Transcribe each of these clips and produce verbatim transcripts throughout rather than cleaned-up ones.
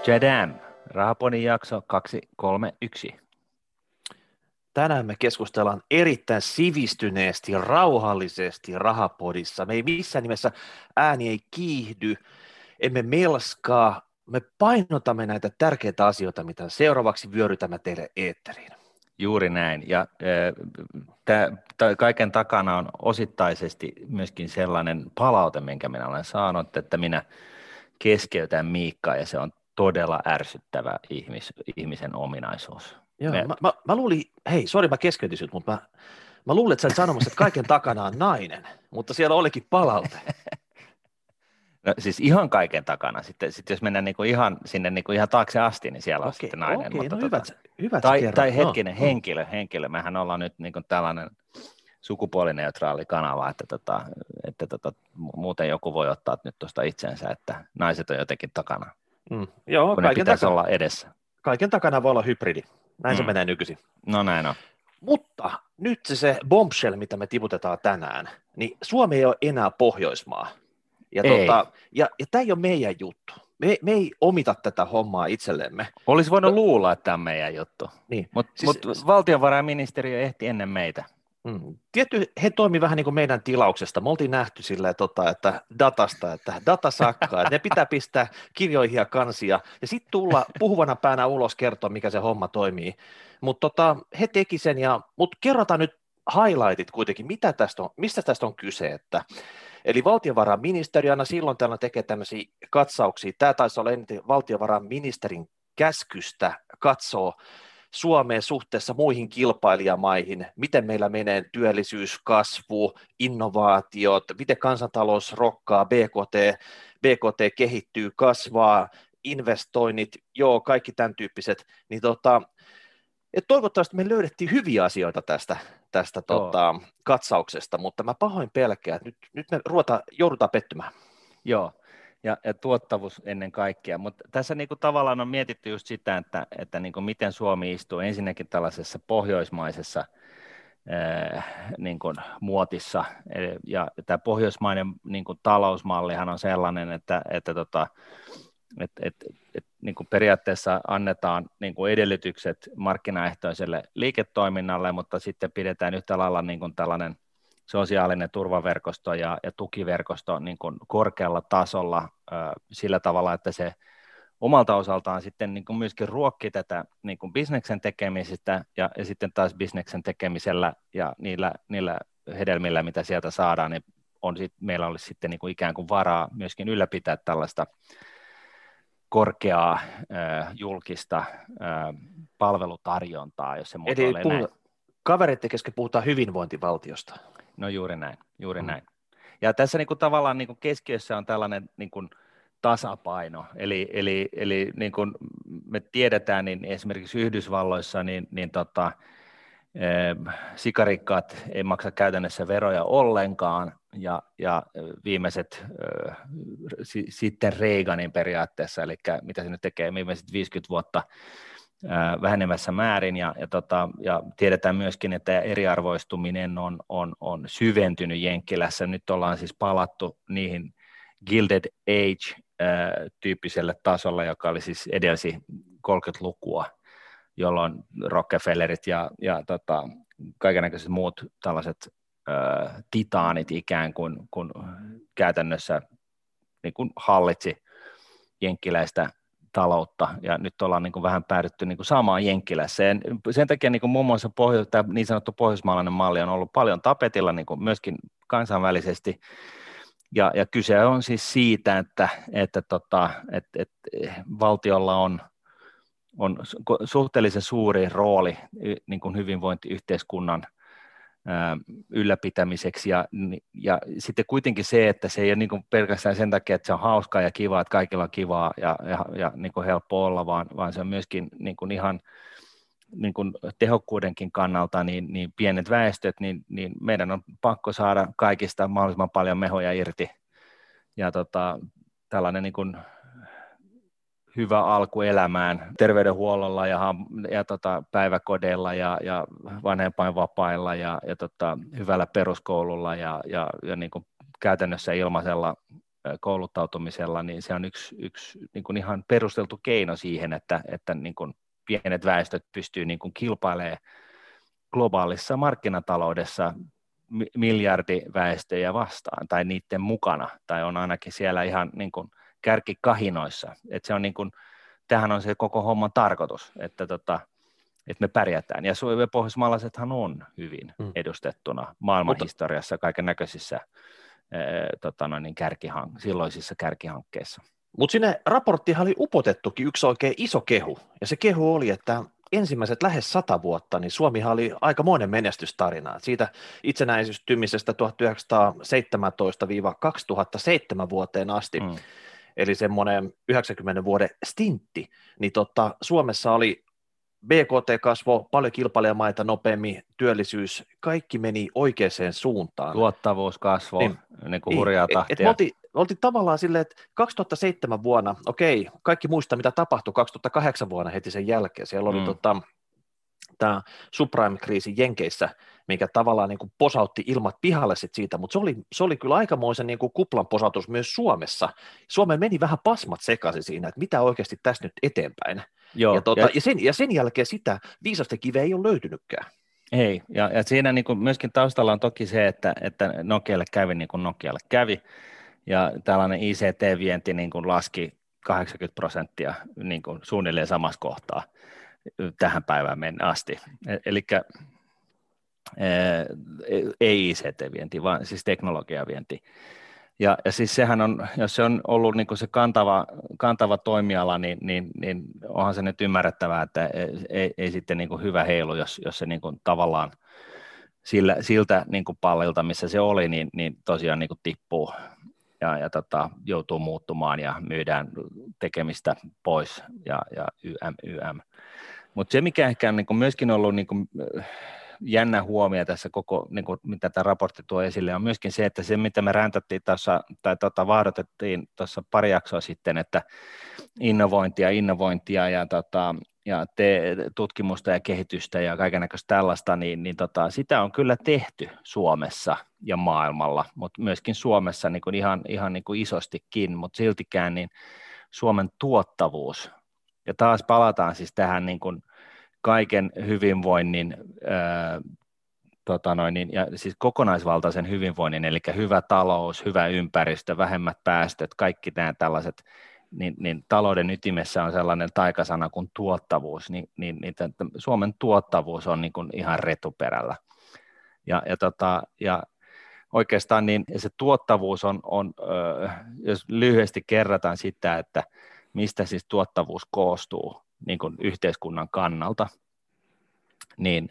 Jadam, Rahapodin jakso kaksisataakolmekymmentäyksi. Tänään me keskustellaan erittäin sivistyneesti, rauhallisesti Rahapodissa. Me ei missään nimessä ääni ei kiihdy, emme melskaa, me painotamme näitä tärkeitä asioita, mitä seuraavaksi vyörytämme teille eetteriin. Juuri näin. Ja äh, kaiken takana on osittaisesti myöskin sellainen palaute, minkä minä olen saanut, että minä keskeytän Miikkaa ja se on todella ärsyttävä ihmis, ihmisen ominaisuus. Joo, Me... mä, mä, mä luulin, hei, sori mä keskeytin sut, mutta mä, mä luulin, että sä olet sanomassa, että kaiken takana on nainen, mutta siellä olikin palaute. No, siis ihan kaiken takana. Sitten, sitten jos mennään niinku ihan sinne niinku ihan taakse asti, niin siellä on Okei, sitten nainen. okei, mutta no tota, hyvät, hyvät tai, kerrot. tai hetkinen, no, henkilö, henkilö. Mehän ollaan nyt niinku tällainen sukupuolineutraali kanava, että, tota, että tota, muuten joku voi ottaa nyt tuosta itsensä, että naiset on jotenkin takana, mm, joo, kun ne kaiken pitäisi takana, olla edessä. Kaiken takana voi olla hybridi, näin mm. se Mm. menee nykyisin. No näin on. Mutta nyt se, se bombshell, mitä me tiputetaan tänään, niin Suomi ei ole enää Pohjoismaa. Ja, Ei. tota, ja, ja tämä ei ole meidän juttu. Me, me ei omita tätä hommaa itsellemme. Olisi voinut no, luulla, että tämä on meidän juttu, niin. mutta siis, mut valtiovarainministeriö ehti ennen meitä. Mm. Tietty, he toimi vähän niin kuin meidän tilauksesta. Me oltiin nähty silleen, tota, että datasta, että data sakkaa, että ne pitää pistää kirjoihin ja kansia, ja sitten tulla puhuvana päänä ulos kertoa, mikä se homma toimii. Mutta tota, he teki sen, ja, mutta kerrotaan nyt highlightit kuitenkin, mitä tästä on, mistä tästä on kyse. Että, eli valtiovarainministeriö aina silloin täällä tekee tämmöisiä katsauksia. Tämä taisi olla eniten valtiovarainministerin käskystä katsoo Suomeen suhteessa muihin kilpailijamaihin, miten meillä menee työllisyys, kasvu, innovaatiot, miten kansantalous rokkaa, B K T, B K T kehittyy, kasvaa, investoinnit, joo, kaikki tämän tyyppiset, niin tota, et toivottavasti me löydettiin hyviä asioita tästä, tästä tota, katsauksesta, mutta mä pahoin pelkään, että nyt, nyt me ruota, joudutaan pettymään. Joo. Ja, ja tuottavuus ennen kaikkea, mutta tässä niinku tavallaan on mietitty just sitä, että, että niinku miten Suomi istuu ensinnäkin tällaisessa pohjoismaisessa ää, niinku muotissa, ja tämä pohjoismainen niinku talousmallihan on sellainen, että, että tota, et, et, et, niinku periaatteessa annetaan niinku edellytykset markkinaehtoiselle liiketoiminnalle, mutta sitten pidetään yhtä lailla niinku tällainen sosiaalinen turvaverkosto ja, ja tukiverkosto niin kuin korkealla tasolla ö, sillä tavalla, että se omalta osaltaan sitten niin kuin myöskin ruokki tätä niin kuin bisneksen tekemisestä ja, ja sitten taas bisneksen tekemisellä ja niillä, niillä hedelmillä, mitä sieltä saadaan, niin on sit, meillä olisi sitten niin kuin ikään kuin varaa myöskin ylläpitää tällaista korkeaa ö, julkista ö, palvelutarjontaa, jos se muotoilee näin. Kavereiden kesken puhutaan hyvinvointivaltiosta. No juuri näin, juuri mm. näin. Ja tässä niin kuin tavallaan niin kuin keskiössä on tällainen niin kuin tasapaino, eli, eli, eli niin kuin me tiedetään, niin esimerkiksi Yhdysvalloissa niin, niin tota, eh, sikarikkaat ei maksa käytännössä veroja ollenkaan, ja, ja viimeiset eh, si, sitten Reaganin periaatteessa, eli mitä se nyt tekee, viimeiset viisikymmentä vuotta, vähenemässä määrin, ja, ja, tota, ja tiedetään myöskin, että eriarvoistuminen on, on, on syventynyt Jenkkilässä. Nyt ollaan siis palattu niihin Gilded Age-tyyppiselle tasolle, joka oli siis edelsi kolmekymmentälukua, jolloin Rockefellerit ja, ja tota, kaikennäköiset muut tällaiset äh, titaanit ikään kuin, kuin käytännössä niin kuin hallitsi jenkkiläistä taloutta, ja nyt ollaan niin kuin vähän päädytty niin kuin samaan Jenkkilässä. Ja sen takia niin kuin muun muassa pohjo- tämä niin sanottu pohjoismaalainen malli on ollut paljon tapetilla niin kuin myöskin kansainvälisesti, ja, ja kyse on siis siitä, että, että, tota, että, että valtiolla on, on suhteellisen suuri rooli niin kuin hyvinvointiyhteiskunnan ylläpitämiseksi, ja, ja sitten kuitenkin se, että se ei ole niin kuin pelkästään sen takia, että se on hauskaa ja kivaa, että kaikilla on kivaa ja, ja, ja niin kuin helppo olla, vaan, vaan se on myöskin niin kuin ihan niin kuin tehokkuudenkin kannalta niin, niin pienet väestöt, niin, niin meidän on pakko saada kaikista mahdollisimman paljon mehoja irti, ja tota, tällainen niin kuin hyvä alku elämään terveydenhuollolla ja, ja tota, päiväkodeilla ja, ja vanhempainvapailla ja, ja tota, hyvällä peruskoululla ja, ja, ja niin kuin käytännössä ilmaisella kouluttautumisella, niin se on yksi, yksi niin kuin ihan perusteltu keino siihen, että, että niin kuin pienet väestöt pystyy niin kuin kilpailemaan globaalissa markkinataloudessa miljardiväestöjä vastaan tai niiden mukana, tai on ainakin siellä ihan niin kuin kärkikahinoissa. Et se on niin kuin, tämähän on se koko homman tarkoitus, että, tota, että me pärjätään. Ja pohjoismaalaisethan on hyvin hmm. edustettuna maailmanhistoriassa kaiken näköisissä tota noin, kärkihank- silloisissa kärkihankkeissa. Mutta sinne raporttihan oli upotettukin yksi oikein iso kehu, ja se kehu oli, että ensimmäiset lähes sata vuotta, niin Suomihan oli aikamoinen menestystarina. Siitä itsenäistymisestä tuhatyhdeksänsataaseitsemäntoista kaksituhattaseitsemän vuoteen asti, mm. eli semmoinen yhdeksänkymmenen vuoden stintti, niin tota, Suomessa oli B K T kasvo, paljon kilpailijamaita nopeammin, työllisyys, kaikki meni oikeaan suuntaan. Tuottavuus kasvoi, niin, niin kuin hurjaa tahtia. Et, et me oltiin, oltiin tavallaan silleen, että kaksituhattaseitsemän vuonna, okei, kaikki muistaa mitä tapahtui kaksituhattakahdeksan vuonna heti sen jälkeen. Siellä oli mm. tota, tämä subprime-kriisi Jenkeissä, mikä tavallaan niin kuin posautti ilmat pihalle sit siitä, mutta se oli, se oli kyllä aikamoisen niin kuin kuplan posautus myös Suomessa. Suomeen meni vähän pasmat sekaisin siinä, että mitä oikeasti tässä nyt eteenpäin. Joo, ja, tuota, ja, ja, sen, ja sen jälkeen sitä viisasta kiveä ei ole löytynytkään. Ei, ja, ja siinä niin kuin myöskin taustalla on toki se, että, että Nokialle kävi niin kuin Nokialle kävi, ja tällainen I C T-vienti niin kuin laski kahdeksankymmentä prosenttia niin kuin suunnilleen samassa kohtaa tähän päivään mennä asti. Eli ei I C T-vienti, vaan siis teknologiavienti. Ja, ja siis sehän on, jos se on ollut niin kuin se kantava, kantava toimiala, niin, niin, niin onhan se nyt ymmärrettävää, että ei, ei sitten niin kuin hyvä heilu, jos, jos se niin kuin tavallaan sillä, siltä niin kuin pallilta, missä se oli, niin, niin tosiaan niin kuin tippuu ja, ja tota, joutuu muuttumaan ja myydään tekemistä pois ja, ja ym, ym. Mutta se, mikä ehkä on niin kuin myöskin ollut niin kuin jännä huomio tässä koko, niin kuin, mitä tämä raportti tuo esille, on myöskin se, että se, mitä me räntättiin tuossa, tai tota, vaadotettiin tuossa pari jaksoa sitten, että innovointia, innovointia ja, tota, ja te, tutkimusta ja kehitystä ja kaikennäköistä tällaista, niin, niin tota, sitä on kyllä tehty Suomessa ja maailmalla, mutta myöskin Suomessa niin kuin ihan, ihan niin kuin isostikin, mutta siltikään niin Suomen tuottavuus, ja taas palataan siis tähän niin kuin kaiken hyvinvoinnin, ää, tota noin, niin, ja siis kokonaisvaltaisen hyvinvoinnin, eli hyvä talous, hyvä ympäristö, vähemmät päästöt, kaikki nämä tällaiset, niin, niin talouden ytimessä on sellainen taikasana kuin tuottavuus, niin, niin, niin Suomen tuottavuus on niin kuin ihan retuperällä. Ja, ja, tota, ja oikeastaan niin se tuottavuus on, on ö, jos lyhyesti kerrataan sitä, että mistä siis tuottavuus koostuu, niin kuin yhteiskunnan kannalta, niin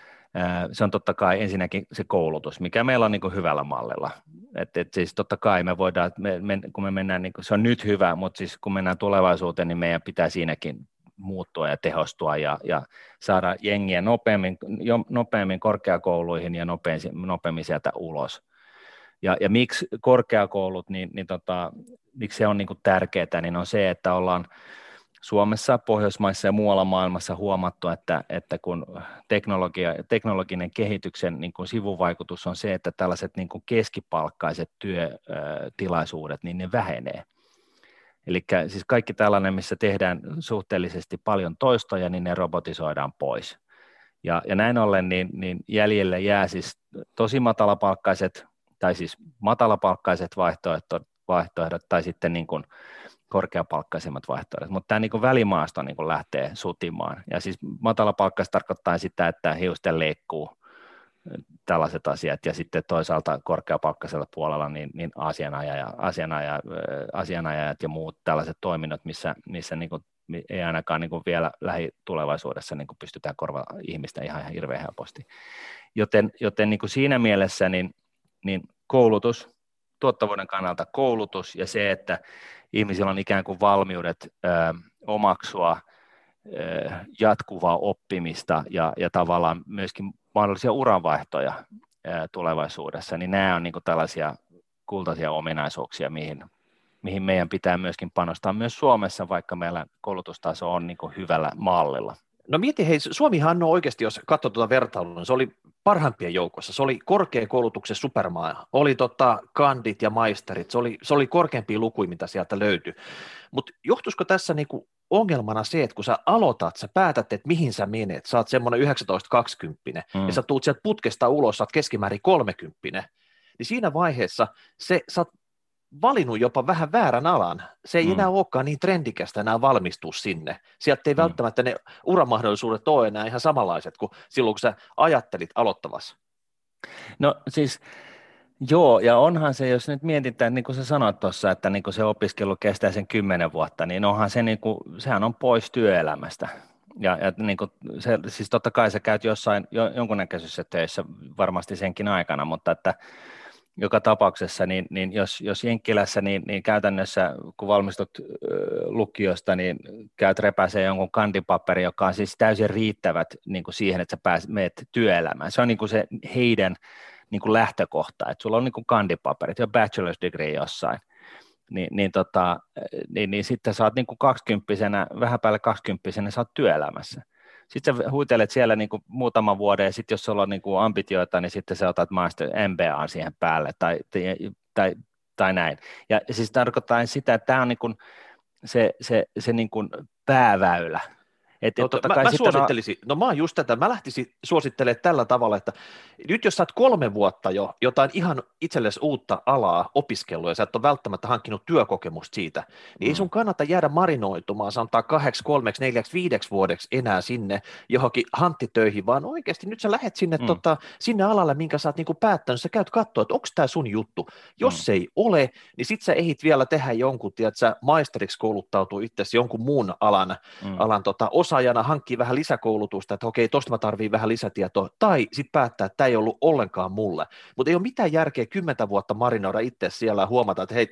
se on totta kai ensinnäkin se koulutus, mikä meillä on niin kuin hyvällä mallilla. Et, et siis totta kai me voidaan, me, me, kun me mennään, niin kuin, se on nyt hyvä, mutta siis kun mennään tulevaisuuteen, niin meidän pitää siinäkin muuttua ja tehostua ja, ja saada jengiä nopeammin, jo, nopeammin korkeakouluihin ja nopeammin, nopeammin sieltä ulos. Ja, ja miksi korkeakoulut, niin, niin tota, miksi se on niin kuin tärkeää, niin on se, että ollaan Suomessa, Pohjoismaissa ja muualla maailmassa huomattu, että, että kun teknologia, teknologinen kehityksen niin kuin sivuvaikutus on se, että tällaiset niin kuin keskipalkkaiset työtilaisuudet, niin ne vähenee. Eli siis kaikki tällainen, missä tehdään suhteellisesti paljon toistoja, niin ne robotisoidaan pois. Ja, ja näin ollen niin, niin jäljelle jää siis tosi matalapalkkaiset, tai siis matalapalkkaiset vaihtoehdot, vaihtoehdot tai sitten niin kuin korkeapalkkaisemmat vaihtoehdot, mutta tämä niin kuin välimaasto niin kuin lähtee sutimaan. Ja siis matalapalkkaista tarkoittaa sitä, että hiusten leikkuu tällaiset asiat, ja sitten toisaalta korkeapalkkaisella puolella niin, niin asianajaja, asianajaja, asianajajat ja muut tällaiset toiminnot, missä, missä niin kuin ei ainakaan niin kuin vielä lähitulevaisuudessa niin kuin pystytään korvaamaan ihmistä ihan, ihan hirveän helposti. Joten, joten niin kuin siinä mielessä niin, niin koulutus, tuottavuuden kannalta koulutus ja se, että ihmisillä on ikään kuin valmiudet ö, omaksua ö, jatkuvaa oppimista ja, ja tavallaan myöskin mahdollisia uranvaihtoja ö, tulevaisuudessa, niin nämä on niin kuin tällaisia kultaisia ominaisuuksia, mihin, mihin meidän pitää myöskin panostaa myös Suomessa, vaikka meillä koulutustaso on niin kuin hyvällä mallilla. No mieti, hei, Suomihan on oikeasti, jos katsoo tuota vertailua, niin se oli parhaimpien joukossa. Se oli korkeakoulutuksen supermaa. Oli tota kandit ja maisterit. Se oli, se oli korkeampia lukuja, mitä sieltä löytyi. Mutta johtuisiko tässä niinku ongelmana se, että kun sä aloitat, sä päätät, että mihin sä menet, sä oot semmoinen yhdeksäntoista kaksikymmentä mm. ja sä tuut sieltä putkesta ulos, sä oot keskimäärin kolmekymmentä, niin siinä vaiheessa se, sä oot valinnut jopa vähän väärän alan. Se ei mm. enää olekaan niin trendikästä enää valmistua sinne. Sieltä ei mm. välttämättä ne uramahdollisuudet ole enää ihan samanlaiset kuin silloin, kun sä ajattelit aloittavassa. No siis joo, ja onhan se, jos nyt mietitään, niin kuin sä sanoit tuossa, että niin kuin se opiskelu kestää sen kymmenen vuotta, niin onhan se, niin kuin, sehän on pois työelämästä. Ja, ja niin kuin se, siis totta kai sä käyt jossain jo, jonkunnäköisissä töissä varmasti senkin aikana, mutta että joka tapauksessa, niin, niin jos, jos Jenkkilässä, niin, niin käytännössä kun valmistut ö, lukiosta, niin käyt repäisee jonkun kandipaperi, joka on siis täysin riittävät niin kuin siihen, että sä pääset, meet työelämään. Se on niin kuin se heidän niin kuin lähtökohta, että sulla on niin kuin kandipaperit ja bachelor's degree jossain, niin, niin, tota, niin, niin sitten sä oot niin kuin kaksikymppisenä, vähän päälle kaksikymppisenä, sä oot työelämässä. Sitten sä huitelet siellä niin kuin muutaman vuoden, ja sitten jos sulla on niin kuin ambitioita, niin sitten sä otat master M B A siihen päälle, tai, tai, tai, tai näin. Ja siis tarkoittaa sitä, että tämä on niin kuin se, se, se niin kuin pääväylä. Et, no, et mä, mä suosittelisin, on... no mä oon just tätä, mä lähtisin suosittelemaan tällä tavalla, että nyt jos sä oot kolme vuotta jo jotain ihan itsellesi uutta alaa opiskellut ja sä et ole välttämättä hankkinut työkokemusta siitä, niin mm. ei sun kannata jäädä marinoitumaan, sanotaan kahdeksi, kolmeksi, neljäksi, viideksi vuodeksi enää sinne johonkin hanttitöihin, vaan oikeasti nyt sä lähet sinne, mm. tota, sinne alalle, minkä sä oot niinku päättänyt, sä käyt katsoa, että onko tää sun juttu. Jos mm. se ei ole, niin sit sä ehdit vielä tehdä jonkun, tiedät sä maisteriksi kouluttautuu itsesi jonkun muun alan, mm. alan tota, osaajana, hankkii vähän lisäkoulutusta, että okei, tosta mä tarviin vähän lisätietoa, tai sitten päättää, että tämä ei ollut ollenkaan mulle. Mutta ei ole mitään järkeä kymmentä vuotta marinoida itse siellä ja huomata, että hei,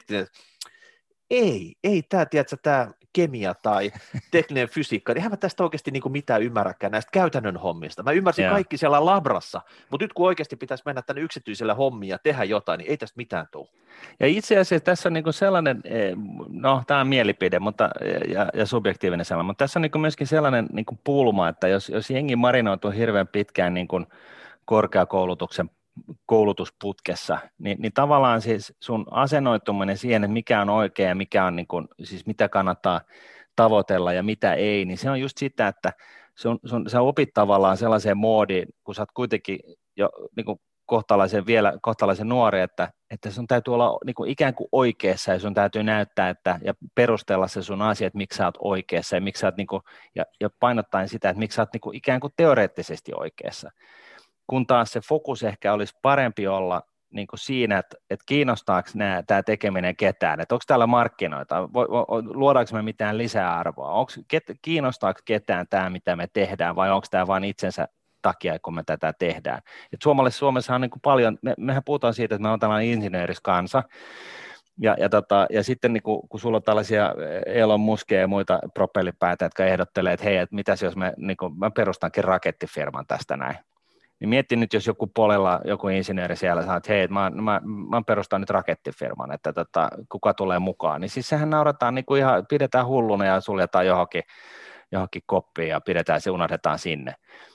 ei, ei tämä, tiedätkö, tämä kemia tai tekninen fysiikka, niin eihän mä tästä oikeasti niin kuin mitään ymmärräkään näistä käytännön hommista. Mä ymmärsin yeah. kaikki siellä labrassa, mutta nyt kun oikeasti pitäisi mennä tänne yksityiselle hommiin ja tehdä jotain, niin ei tästä mitään tule. Ja itse asiassa tässä on niin kuin sellainen, no tämä on mielipide mutta, ja, ja subjektiivinen sellainen, mutta tässä on niin kuin myöskin sellainen niin kuin pulma, että jos, jos jengi marinoituu hirveän pitkään niin kuin korkeakoulutuksen koulutusputkessa, niin, niin tavallaan siis sun asennoituminen siihen, että mikä on oikein ja mikä on niin kuin, siis mitä kannattaa tavoitella ja mitä ei, niin se on just sitä, että sun, sun, sä opit tavallaan sellaiseen moodiin, kun sä oot kuitenkin jo niin kuin kohtalaisen, vielä kohtalaisen nuori, että, että sun täytyy olla niin kuin ikään kuin oikeassa ja sun täytyy näyttää että, ja perustella se sun asia, että miksi sä oot oikeassa ja, miksi sä oot, niin kuin, ja, ja painottaen sitä, että miksi sä oot niin kuin ikään kuin teoreettisesti oikeassa. Kun taas se fokus ehkä olisi parempi olla niin kuin siinä, että, että kiinnostaako nämä, tämä tekeminen ketään, että onko täällä markkinoita, luodaanko me mitään lisäarvoa, onko, ket, kiinnostaako ketään tämä, mitä me tehdään, vai onko tämä vain itsensä takia, kun me tätä tehdään. Et Suomessa, Suomessa on niin kuin paljon, me, mehän puhutaan siitä, että me on tällainen insinööriskansa, ja, ja, tota, ja sitten niin kun, kun sulla on tällaisia Elon Muskia ja muita propellipäitä, jotka ehdottelee, että hei, että mitäs jos me, niin kun, mä perustankin rakettifirman tästä näin, niin mietti nyt, jos joku polella, joku insinööri siellä sanoo, että hei, mä, mä, mä perustan nyt rakettifirman, että tota, kuka tulee mukaan, niin siis sehän naurataan, niin kuin ihan, pidetään hulluna ja suljetaan johonkin, johonkin koppiin ja pidetään se, unohdetaan sinne.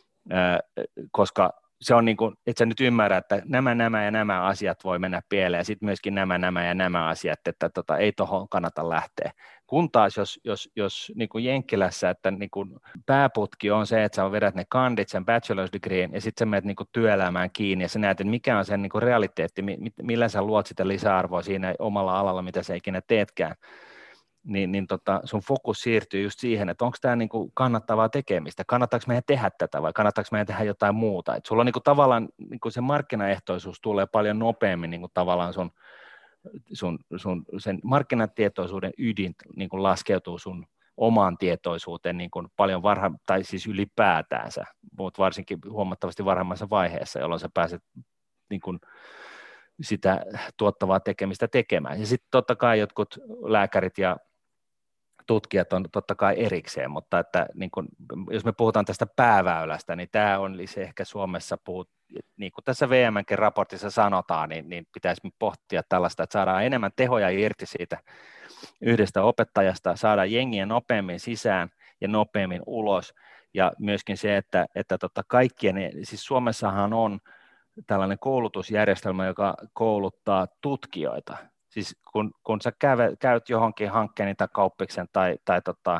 Koska se on niin kuin, et sä nyt ymmärrä, että nämä, nämä ja nämä asiat voi mennä pieleen, ja sitten myöskin nämä, nämä ja nämä asiat, että tota, ei tuohon kannata lähteä. Kun taas, jos, jos, jos niin kuin Jenkkilässä, että niin kuin pääputki on se, että sä vedät ne kandit, sen bachelor's degreein, ja sitten sä menet niin kuin työelämään kiinni, ja sä näet, että mikä on sen niin kuin realiteetti, millä sä luot sitä lisäarvoa siinä omalla alalla, mitä sä ikinä teetkään, niin, niin tota, sun fokus siirtyy just siihen, että onko tämä niinku kannattavaa tekemistä, kannattaako meidän tehdä tätä vai kannattaako meidän tehdä jotain muuta. Et sulla on niinku tavallaan niinku se markkinaehtoisuus tulee paljon nopeammin niinku tavallaan sun, sun, sun sen markkinatietoisuuden ydin niinku laskeutuu sun omaan tietoisuuteen niinku paljon varha, tai siis ylipäätäänsä, mutta varsinkin huomattavasti varhemmassa vaiheessa, jolloin sä pääset niinku sitä tuottavaa tekemistä tekemään. Ja sitten totta kai jotkut lääkärit ja tutkijat on totta kai erikseen, mutta että niin kun, jos me puhutaan tästä pääväylästä, niin tämä on se ehkä Suomessa puhut, niin kuin tässä V M:nkin raportissa sanotaan, niin, niin pitäisi pohtia tällaista, että saadaan enemmän tehoja irti siitä yhdestä opettajasta, saadaan jengiä nopeammin sisään ja nopeammin ulos, ja myöskin se, että, että tota kaikkien, siis Suomessahan on tällainen koulutusjärjestelmä, joka kouluttaa tutkijoita. Siis kun, kun sä käyt, käyt johonkin hankkeen tai kauppiksen tai, tai tota,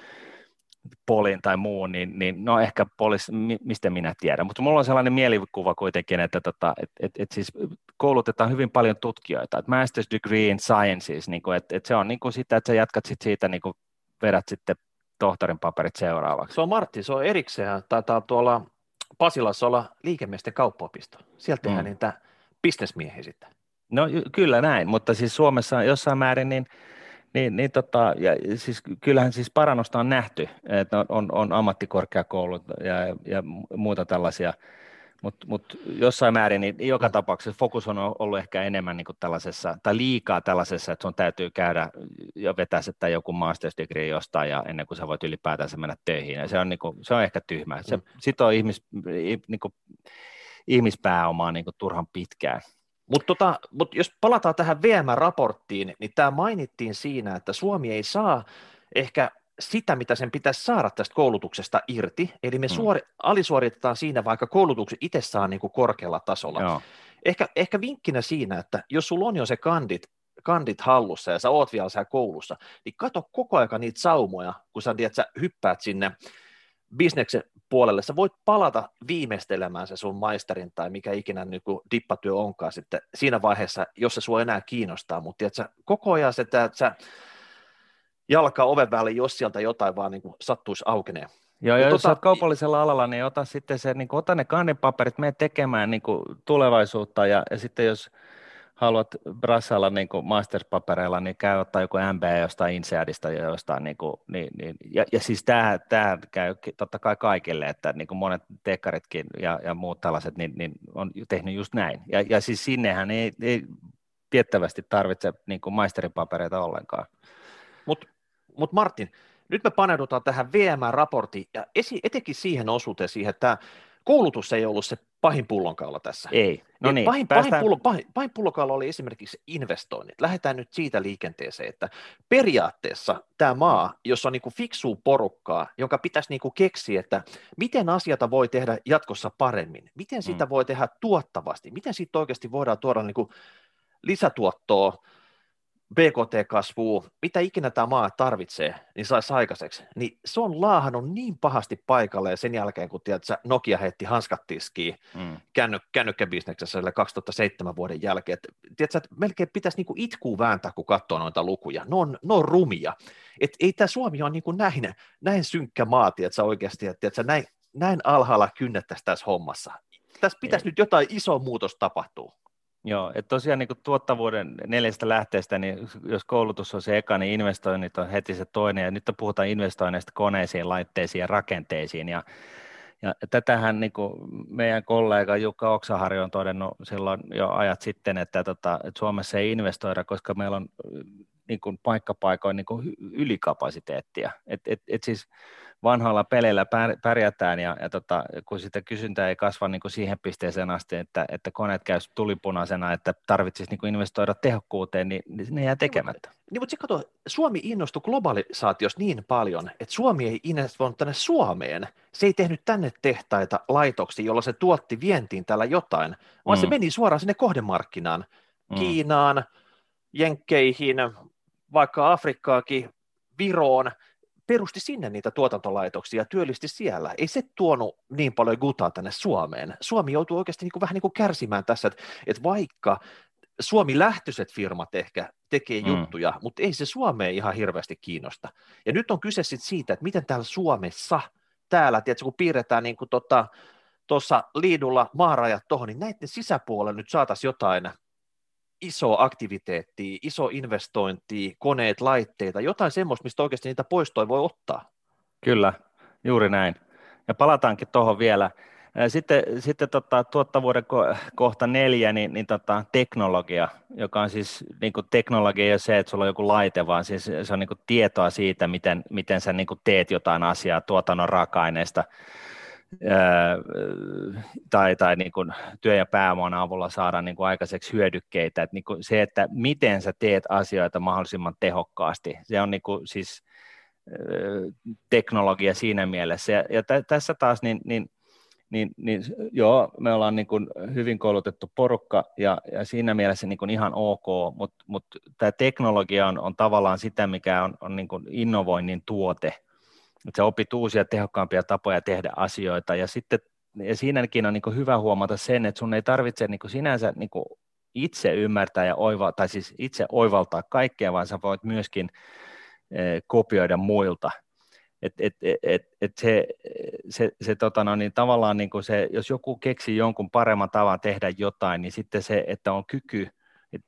Polin tai muun, niin, niin no ehkä Polis, mistä minä tiedän, mutta mulla on sellainen mielikuva kuitenkin, että tota, et, et, et siis koulutetaan hyvin paljon tutkijoita, että master's degree in sciences, niin kuin, että, että se on niin kuin sitä, että sä jatkat sit siitä, niin kuin vedät sitten tohtorin paperit seuraavaksi. Se on Martti, se on erikseen, taitaa tuolla Pasilassa olla liikemiesten kauppaopisto, sieltä tehdään mm. niitä bisnesmiehiä sitten. No kyllä näin, mutta siis Suomessa jossain määrin, niin Niin, niin tota, ja siis kyllähän siis parannusta on nähty, että on, on, on ammattikorkeakoulut ja, ja muuta tällaisia, mutta mut jossain määrin niin joka tapauksessa fokus on ollut ehkä enemmän niin kuin tällaisessa, tai liikaa tällaisessa, että sun täytyy käydä ja vetää sitä joku master's degree jostain ja ennen kuin sä voit ylipäätänsä mennä töihin, ja se on, niin kuin, se on ehkä tyhmää, se mm. sitoo ihmis, niin kuin, ihmispääomaa niin kuin turhan pitkään. Mutta tota, mut jos palataan tähän V M-raporttiin, niin tämä mainittiin siinä, että Suomi ei saa ehkä sitä, mitä sen pitäisi saada tästä koulutuksesta irti, eli me suori, hmm. alisuoritetaan siinä, vaikka koulutukset itse saa niin kuin korkealla tasolla. Ehkä, ehkä vinkkinä siinä, että jos sulla on jo se kandit, kandit hallussa ja sä oot vielä siellä koulussa, niin kato koko ajan niitä saumoja, kun sä, tiedät, sä hyppäät sinne bisneksen puolelle, sä voit palata viimeistelemään se sun maisterin tai mikä ikinä niin kuin dippatyö onkaan sitten siinä vaiheessa, jos se sua enää kiinnostaa, mutta tiedätkö, koko ajan se, että sä jalka oven väliin, jos sieltä jotain vaan niin kuin sattuisi aukeneen. Joo, ja jos tota, sä oot kaupallisella alalla, niin ota sitten se, niin kuin, ota ne kandipaperit, mene tekemään niin kuin tulevaisuutta, ja, ja sitten jos haluat brassailla niin kuin masterspapereilla, niin käy ottaa joku M B A jostain INSEADista ja jostain, niin kuin, niin, niin, ja, ja siis tämä, tämä käy totta kai kaikille, että niin kuin monet tekkaritkin ja, ja muut tällaiset, niin, niin on tehnyt just näin, ja, ja siis sinnehän ei, ei tiettävästi tarvitse niin kuin maisteripapereita ollenkaan. Mutta mut Martin, nyt me paneudutaan tähän V M-raporttiin, ja esi- etenkin siihen osuuteen siihen, että koulutus ei ollut se pahin pullonkaula tässä. Ei. No niin, pahin, pahin, pullo, pahin, pahin pullonkaula oli esimerkiksi investoinnit. Lähdetään nyt siitä liikenteeseen, että periaatteessa tämä maa, jossa on niin kuin fiksua porukkaa, jonka pitäisi niin kuin keksiä, että miten asioita voi tehdä jatkossa paremmin, miten sitä mm. voi tehdä tuottavasti, miten siitä oikeasti voidaan tuoda niin kuin lisätuottoa, B K T-kasvua, mitä ikinä tämä maa tarvitsee, niin saisi aikaiseksi, niin se on laahannut niin pahasti paikalle sen jälkeen, kun tiedät, Nokia heitti hanskat tiskiin mm. känny, kännykkäbisneksessä kaksituhattaseitsemän vuoden jälkeen, että, tiedätkö, että melkein pitäisi niinku itkuu vääntää, kun katsoo noita lukuja, ne on, ne on rumia, että ei tämä Suomi ole niinku näin, näin synkkä maa, tiedätkö, oikeasti, että tiedätkö, näin, näin alhaalla kynnettäisiin tässä hommassa, tässä pitäisi ei. nyt jotain isoa muutosta tapahtua. Joo, että tosiaan niin kuin tuottavuuden neljästä lähteestä, niin jos koulutus on se eka, niin investoinnit on heti se toinen, ja nyt puhutaan investoinneista koneisiin, laitteisiin ja rakenteisiin, ja, ja tätähän niin kuin meidän kollega Jukka Oksaharju on todennut silloin jo ajat sitten, että, tota, että Suomessa ei investoida, koska meillä on niin kuin paikkapaikoin niin kuin ylikapasiteettia, että et, et siis vanhalla peleillä pärjätään, ja, ja tota, kun sitä kysyntää ei kasva niin kuin siihen pisteeseen asti, että, että koneet käy tulipunaisena, että tarvitsisi niin kuin investoida tehokkuuteen, niin, niin ne jää tekemättä. Niin, niin mutta se kato, Suomi innostui globalisaatiosta niin paljon, että Suomi ei investoinut tänne Suomeen. Se ei tehnyt tänne tehtaita laitoksia, jolla se tuotti vientiin täällä jotain, vaan mm. se meni suoraan sinne kohdemarkkinaan, mm. Kiinaan, Jenkkeihin, vaikka Afrikkaakin, Viroon, perusti sinne niitä tuotantolaitoksia ja työllisti siellä. Ei se tuonut niin paljon gutaa tänne Suomeen. Suomi joutuu oikeasti niin kuin vähän niin kuin kärsimään tässä, että, että vaikka Suomi-lähtöiset firmat ehkä tekee mm. juttuja, mutta ei se Suomeen ihan hirveästi kiinnosta. Ja nyt on kyse sitten siitä, että miten täällä Suomessa, täällä, tiedätkö, kun piirretään niin kuin tuossa tota, liidulla maarajat tuohon, niin näiden sisäpuolella nyt saataisiin jotain iso aktiviteettia, iso investointia, koneet, laitteita, jotain semmoista, mistä oikeasti niitä poistoja voi ottaa. Kyllä, juuri näin. Ja palataankin tuohon vielä. Sitten, sitten tota, tuottavuuden kohta neljä, niin, niin tota, teknologia, joka on siis niin kuin teknologia ei ole se, että sulla on joku laite, vaan siis se on niin kuin tietoa siitä, miten, miten sä niin kuin teet jotain asiaa tuotannon raaka-aineista, tai, tai niin kuin työ- ja pääoman avulla saada niin kuin aikaiseksi hyödykkeitä. Että niin kuin se, että miten sä teet asioita mahdollisimman tehokkaasti, se on niin kuin siis teknologia siinä mielessä. Ja, ja t- tässä taas, niin, niin, niin, niin joo, me ollaan niin kuin hyvin koulutettu porukka, ja, ja siinä mielessä niin kuin ihan ok, mutta mut tämä teknologia on, on tavallaan sitä, mikä on, on niin kuin innovoinnin tuote, että sä opit uusia tehokkaampia tapoja tehdä asioita, ja sitten ja siinäkin on niin kuin hyvä huomata sen, että sun ei tarvitse niin kuin sinänsä niin kuin itse ymmärtää ja oiva, tai siis itse oivaltaa kaikkea, vaan sä voit myöskin eh, kopioida muilta. Et, et, et, et, et se, se, se tota no, niin tavallaan niin kuin se, jos joku keksii jonkun paremman tavan tehdä jotain, niin sitten se, että on kyky, että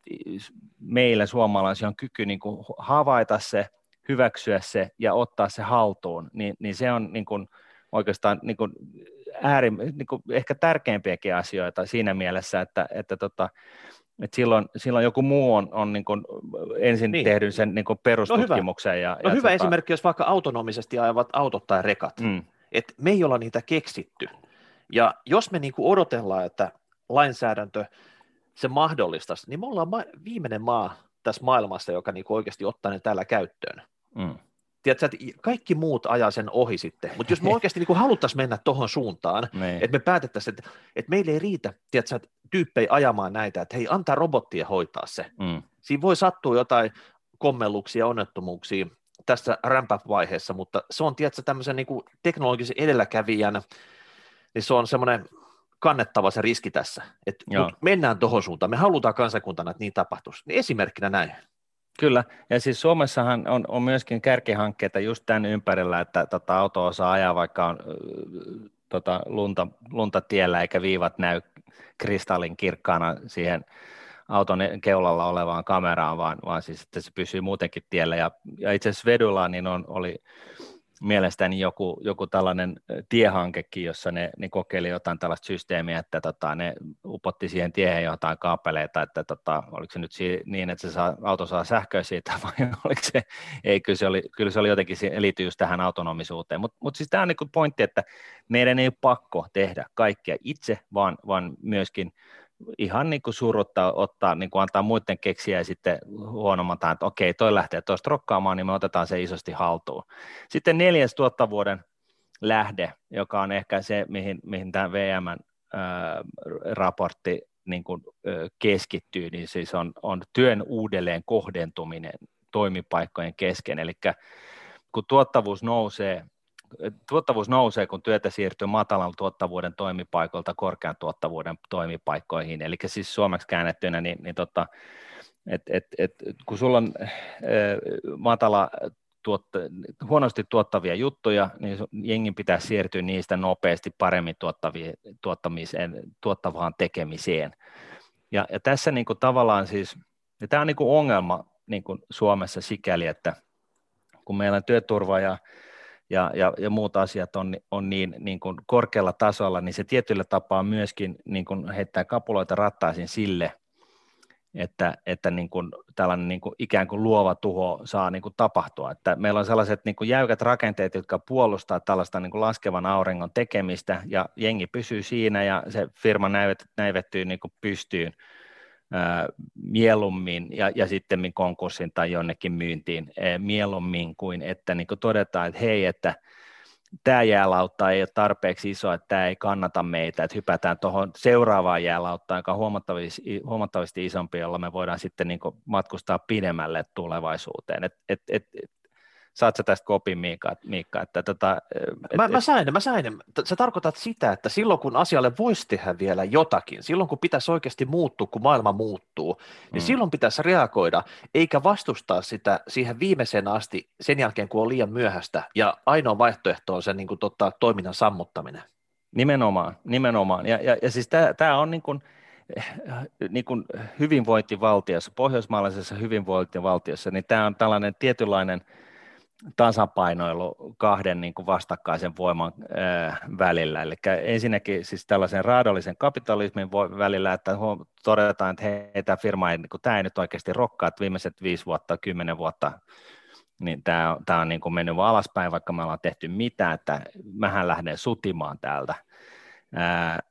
meillä suomalaisilla on kyky niin kuin havaita se, hyväksyä se ja ottaa se haltuun, niin, niin se on niin kuin oikeastaan niin kuin äärim, niin kuin ehkä tärkeimpiäkin asioita siinä mielessä, että, että tota, et silloin, silloin joku muu on, on niin kuin ensin Niin. tehnyt sen niin kuin No hyvä. perustutkimuksen. Ja, No ja hyvä tota, esimerkki, jos vaikka autonomisesti ajavat autot tai rekat, mm, että me ei olla niitä keksitty. Ja jos me niinku odotellaan, että lainsäädäntö se mahdollistaisi, niin me ollaan ma- viimeinen maa tässä maailmassa, joka niinku oikeasti ottaa ne täällä käyttöön. mm. Tiedätkö, että kaikki muut ajaa sen ohi sitten, mutta jos me oikeasti niinku haluttaisiin mennä tuohon suuntaan, Niin. että me päätettäisiin, että, että meille ei riitä tiedätkö, että tyyppejä ajamaan näitä, että hei, antaa robottien hoitaa se. Mm. Siinä voi sattua jotain kommelluksia, onnettomuuksia tässä ramp-up-vaiheessa, mutta se on tiedätkö, tämmöisen niin kuin teknologisen edelläkävijän, niin se on semmoinen kannettava se riski tässä, että mut mennään tuohon suuntaan, me halutaan kansakuntana, että niin tapahtuisi, niin esimerkkinä näin. Kyllä, ja siis Suomessahan on, on myöskin kärkihankkeita just tämän ympärillä, että tota, auto osaa ajaa, vaikka on äh, tota, lunta, lunta tiellä eikä viivat näy kristallin kirkkaana siihen auton keulalla olevaan kameraan, vaan, vaan siis, että se pysyy muutenkin tiellä. Ja, ja itse asiassa Vedulla niin on, oli mielestäni joku, joku tällainen tiehankekin, jossa ne, ne kokeili jotain tällaista systeemiä, että tota, ne upotti siihen tiehen jotain kaapeleita, että tota, oliko se nyt si- niin, että se saa, auto saa sähköä siitä, vai oliko se, ei, kyllä se oli, kyllä se oli jotenkin, se liittyy just tähän autonomisuuteen, mutta mut siis tämä on niin pointti, että meidän ei ole pakko tehdä kaikkea itse, vaan, vaan myöskin ihan niin kuin suruttaa, ottaa, niin kuin antaa muiden keksiä ja sitten huonomataan, että okei, toi lähtee tuosta rokkaamaan, niin me otetaan se isosti haltuun. Sitten neljäs tuottavuuden lähde, joka on ehkä se, mihin, mihin tämä V M:n ää, raportti niin kuin, ää, keskittyy, niin siis on, on työn uudelleen kohdentuminen toimipaikkojen kesken, eli kun tuottavuus nousee, Tuottavuus nousee, kun työtä siirtyy matalan tuottavuuden toimipaikoilta korkean tuottavuuden toimipaikkoihin, eli siis suomeksi käännettynä, niin, niin tota, et, et, et, kun sulla on äh, matala tuotta, huonosti tuottavia juttuja, niin jengin pitää siirtyä niistä nopeasti paremmin tuottamiseen, tuottavaan tekemiseen. Ja, ja tässä niin kuin tavallaan siis, ja tämä on niin kuin ongelma niin kuin Suomessa sikäli, että kun meillä on työturva ja Ja, ja, ja muut asiat on, on niin, niin kuin korkealla tasolla, niin se tietyllä tapaa myöskin niin kuin heittää kapuloita rattaisiin sille, että, että niin kuin tällainen niin kuin ikään kuin luova tuho saa niin kuin tapahtua. Että meillä on sellaiset niin kuin jäykät rakenteet, jotka puolustaa tällaista niin kuin laskevan auringon tekemistä, ja jengi pysyy siinä, ja se firma näivet, näivettyy niin kuin pystyyn ää, mieluummin, ja, ja sitten konkurssin tai jonnekin myyntiin ää, mieluummin kuin, että niin kuin todetaan, että hei, että tämä jäälautta ei ole tarpeeksi iso, että tämä ei kannata meitä, että hypätään tuohon seuraavaan jäälauttaan, joka on huomattavasti, huomattavasti isompi, jolla me voidaan sitten niin kuin matkustaa pidemmälle tulevaisuuteen. Et, et, et, Saat sä tästä kopin, Miikka? Miikka että tota, et, mä, mä sain, mä sain. Sä tarkoitat sitä, että silloin kun asialle voisi tehdä vielä jotakin, silloin kun pitäisi oikeasti muuttua, kun maailma muuttuu, niin mm. silloin pitäisi reagoida, eikä vastustaa sitä siihen viimeiseen asti sen jälkeen, kun on liian myöhäistä, ja ainoa vaihtoehto on sen niin kuin, tota, toiminnan sammuttaminen. Nimenomaan, nimenomaan. Ja, ja, ja siis tämä on niin kuin, niin kuin hyvinvointivaltiossa, pohjoismaalaisessa hyvinvointivaltiossa, niin tämä on tällainen tietynlainen tasapainoilu kahden niin kuin vastakkaisen voiman ää, välillä. Eli ensinnäkin siis tällaisen raadollisen kapitalismin välillä, että todetaan, että hei, tämä firma ei, niin kuin, tämä ei nyt oikeasti rokkaa, että viimeiset viisi vuotta, kymmenen vuotta, niin tämä, tämä on niin kuin mennyt vaan alaspäin, vaikka me ollaan tehty mitään, että mähän lähden sutimaan täältä. Ää,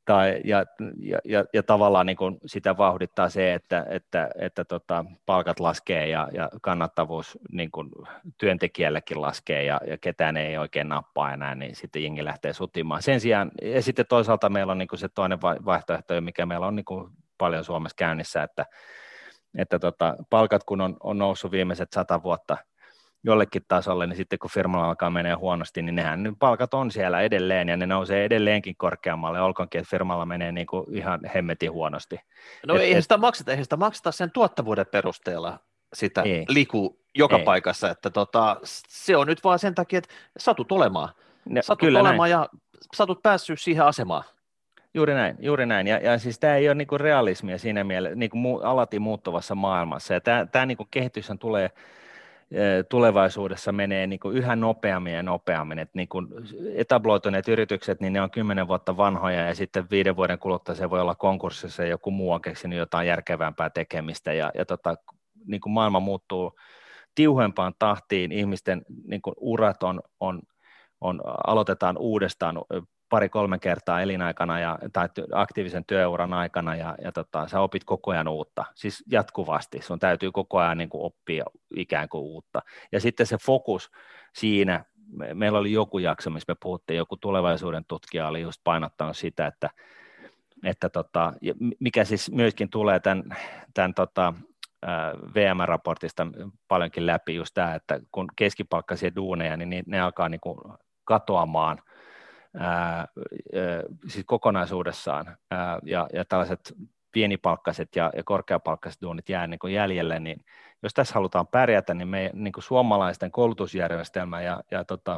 tai, ja, ja, ja, ja tavallaan niin kuin sitä vauhdittaa se, että, että, että tota, palkat laskee ja, ja kannattavuus niin kuin työntekijällekin laskee ja, ja ketään ei oikein nappaa enää, niin sitten jengi lähtee sutimaan. Sen sijaan, ja sitten toisaalta meillä on niin kuin se toinen vaihtoehto, mikä meillä on niin kuin paljon Suomessa käynnissä, että, että tota, palkat kun on, on noussut viimeiset sata vuotta jollekin tasolle, niin sitten kun firmalla alkaa menee huonosti, niin nehän niin palkat on siellä edelleen, ja ne nousee edelleenkin korkeammalle, olkoonkin, että firmalla menee niin kuin ihan hemmetin huonosti. No et, eihän et, sitä makseta, eihän sitä makseta sen tuottavuuden perusteella sitä ei, liku joka ei. paikassa, että tota, se on nyt vaan sen takia, että satut olemaan, No, satut kyllä olemaan näin. ja satut päässyt siihen asemaan. Juuri näin, juuri näin. Ja, ja siis tämä ei ole niinku realismia siinä mielessä, niinku mu, alati muuttuvassa maailmassa, ja tämä, tämä niinku kehityshän tulee tulevaisuudessa menee niin kuin yhä nopeammin ja nopeammin, että niin kuin etabloituneet yritykset, niin ne on kymmenen vuotta vanhoja ja sitten viiden vuoden kuluttua se voi olla konkurssissa ja joku muu on keksinyt jotain järkevämpää tekemistä ja, ja tota, niin kuin maailma muuttuu tiuhempaan tahtiin, ihmisten niin kuin urat on, on, on, aloitetaan uudestaan pari-kolme kertaa elinaikana ja, tai aktiivisen työuran aikana ja, ja tota, sä opit koko ajan uutta, siis jatkuvasti, sun täytyy koko ajan niin kuin oppia ikään kuin uutta. Ja sitten se fokus siinä, me, meillä oli joku jakso, missä me puhuttiin, joku tulevaisuuden tutkija oli just painottanut sitä, että, että tota, mikä siis myöskin tulee tämän, tämän tota, V M-raportista paljonkin läpi just tämä, että kun keskipalkkaisia duuneja, niin ne alkaa niin kuin katoamaan, Ää, ää, siis kokonaisuudessaan ää, ja, ja tällaiset pienipalkkaiset ja, ja korkeapalkkaiset duunit jää niin kuin jäljelle, niin jos tässä halutaan pärjätä, niin meidän niin kuin suomalaisten koulutusjärjestelmä ja, ja tota,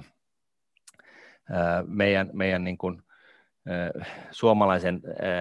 ää, meidän, meidän niin kuin, ää, suomalaisen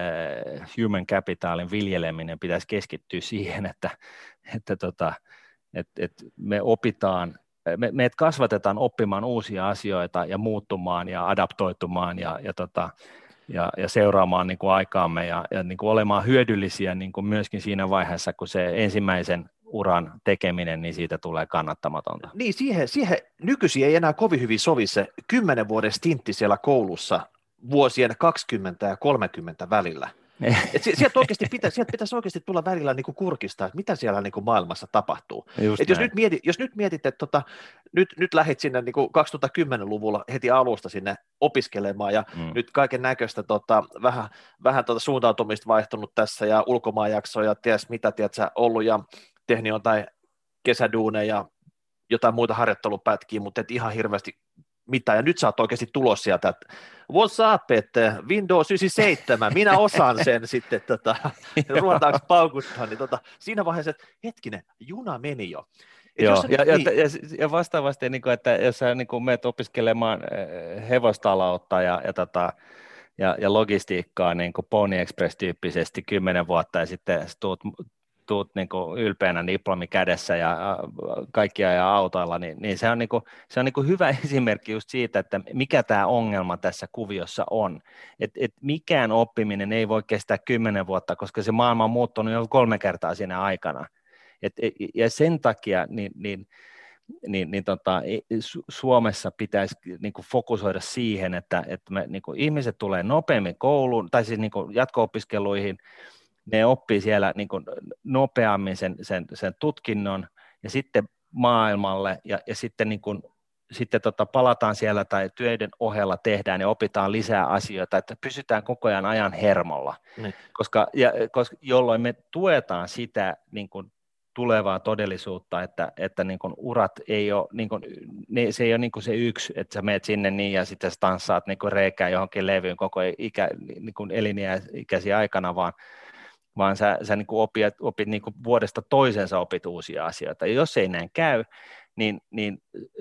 ää, human capitalin viljeleminen pitäisi keskittyä siihen, että, että tota, et, et me opitaan Me, meidät kasvatetaan oppimaan uusia asioita ja muuttumaan ja adaptoitumaan ja, ja, tota, ja, ja seuraamaan niin kuin aikaamme ja, ja niin kuin olemaan hyödyllisiä niin kuin myöskin siinä vaiheessa, kun se ensimmäisen uran tekeminen, niin siitä tulee kannattamatonta. Niin, siihen, siihen nykyisin ei enää kovin hyvin sovi se kymmenen vuoden stintti siellä koulussa vuosien kaksikymmentä ja kolmekymmentä välillä. Et sieltä, oikeasti pitäisi, sieltä pitäisi oikeasti tulla välillä niin kuin kurkistaa, että mitä siellä niin kuin maailmassa tapahtuu. Et jos, nyt mietit, jos nyt mietit, että tota, nyt, nyt lähdit sinne niin kuin kaksituhattakymmenen-luvulla heti alusta sinne opiskelemaan ja mm. nyt kaiken näköistä tota, vähän, vähän tota suuntautumista vaihtunut tässä ja ulkomaanjaksoja, ties mitä tiedät sä ollut ja tehnyt jotain kesäduuneja, jotain muita harjoittelupätkiä, mutta et ihan hirveästi mitään, ja nyt sä oot oikeasti tulos sieltä, että what's up, että Windows yhdeksänkymmentäseitsemän, minä osaan sen sitten, tota, ruvetaanko paukuttaa, niin tota, siinä vaiheessa, että hetkinen, juna meni jo. Et Joo, jos ja, niin, ja, ja, ja vastaavasti, niin kuin, että jos sä niin kuin menet opiskelemaan hevostaloutta ja, ja, tota, ja, ja logistiikkaa niin kuin Pony Express-tyyppisesti kymmenen vuotta, ja sitten tuut tuut niin kuin ylpeänä diplomi kädessä ja kaikkia ja autoilla, niin, niin se on, niin kuin, se on niin kuin hyvä esimerkki just siitä, että mikä tämä ongelma tässä kuviossa on. Et, et mikään oppiminen ei voi kestää kymmenen vuotta, koska se maailma on muuttunut jo kolme kertaa siinä aikana. Et, ja sen takia niin, niin, niin, niin tota, Suomessa pitäisi niin kuin fokusoida siihen, että, että me, niin kuin ihmiset tulee nopeammin kouluun, tai siis niin kuin jatko-opiskeluihin, ne oppii siellä niin kuin nopeammin sen, sen, sen tutkinnon ja sitten maailmalle ja, ja sitten, niin kuin, sitten tota palataan siellä tai työiden ohella tehdään ja opitaan lisää asioita, että pysytään koko ajan ajan hermolla, mm. koska, ja, koska, jolloin me tuetaan sitä niin kuin tulevaa todellisuutta, että, että niin kuin urat ei ole, niin kuin, ne, se ei ole niin kuin se yksi, että sä meet sinne niin ja sitten sä tanssaat niin kuin reikään johonkin levyyn koko ikä, niin kuin elinikäisiä aikana, vaan vaan sä, sä niin kuin opit, opit niin kuin vuodesta toiseen sä opit uusia asioita. Ja jos ei näin käy, niin, niin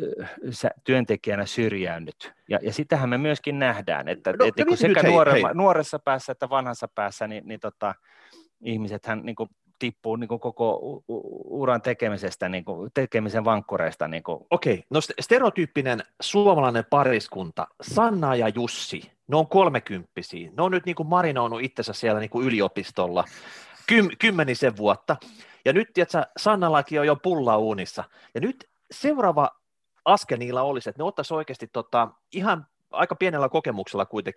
sä työntekijänä syrjäynyt. Ja, ja sitähän me myöskin nähdään, että, no, että no, sekä nyt, nuore, hei, hei. nuoressa päässä että vanhassa päässä, niin, niin tota, ihmisethän niin kuin tippuu niin kuin koko uran tekemisestä, niin kuin tekemisen vankkureista. Niin kuin. Okei, no stereotyyppinen suomalainen pariskunta, Sanna ja Jussi, ne on kolmekymppisiä, ne on nyt niin kuin marinoinut itsensä siellä niin kuin yliopistolla kym, kymmenisen vuotta, ja nyt tiedätkö, Sannallakin on jo pulla uunissa, ja nyt seuraava askel niillä olisi, että ne ottaisi oikeasti tota, ihan aika pienellä kokemuksella kuitenkin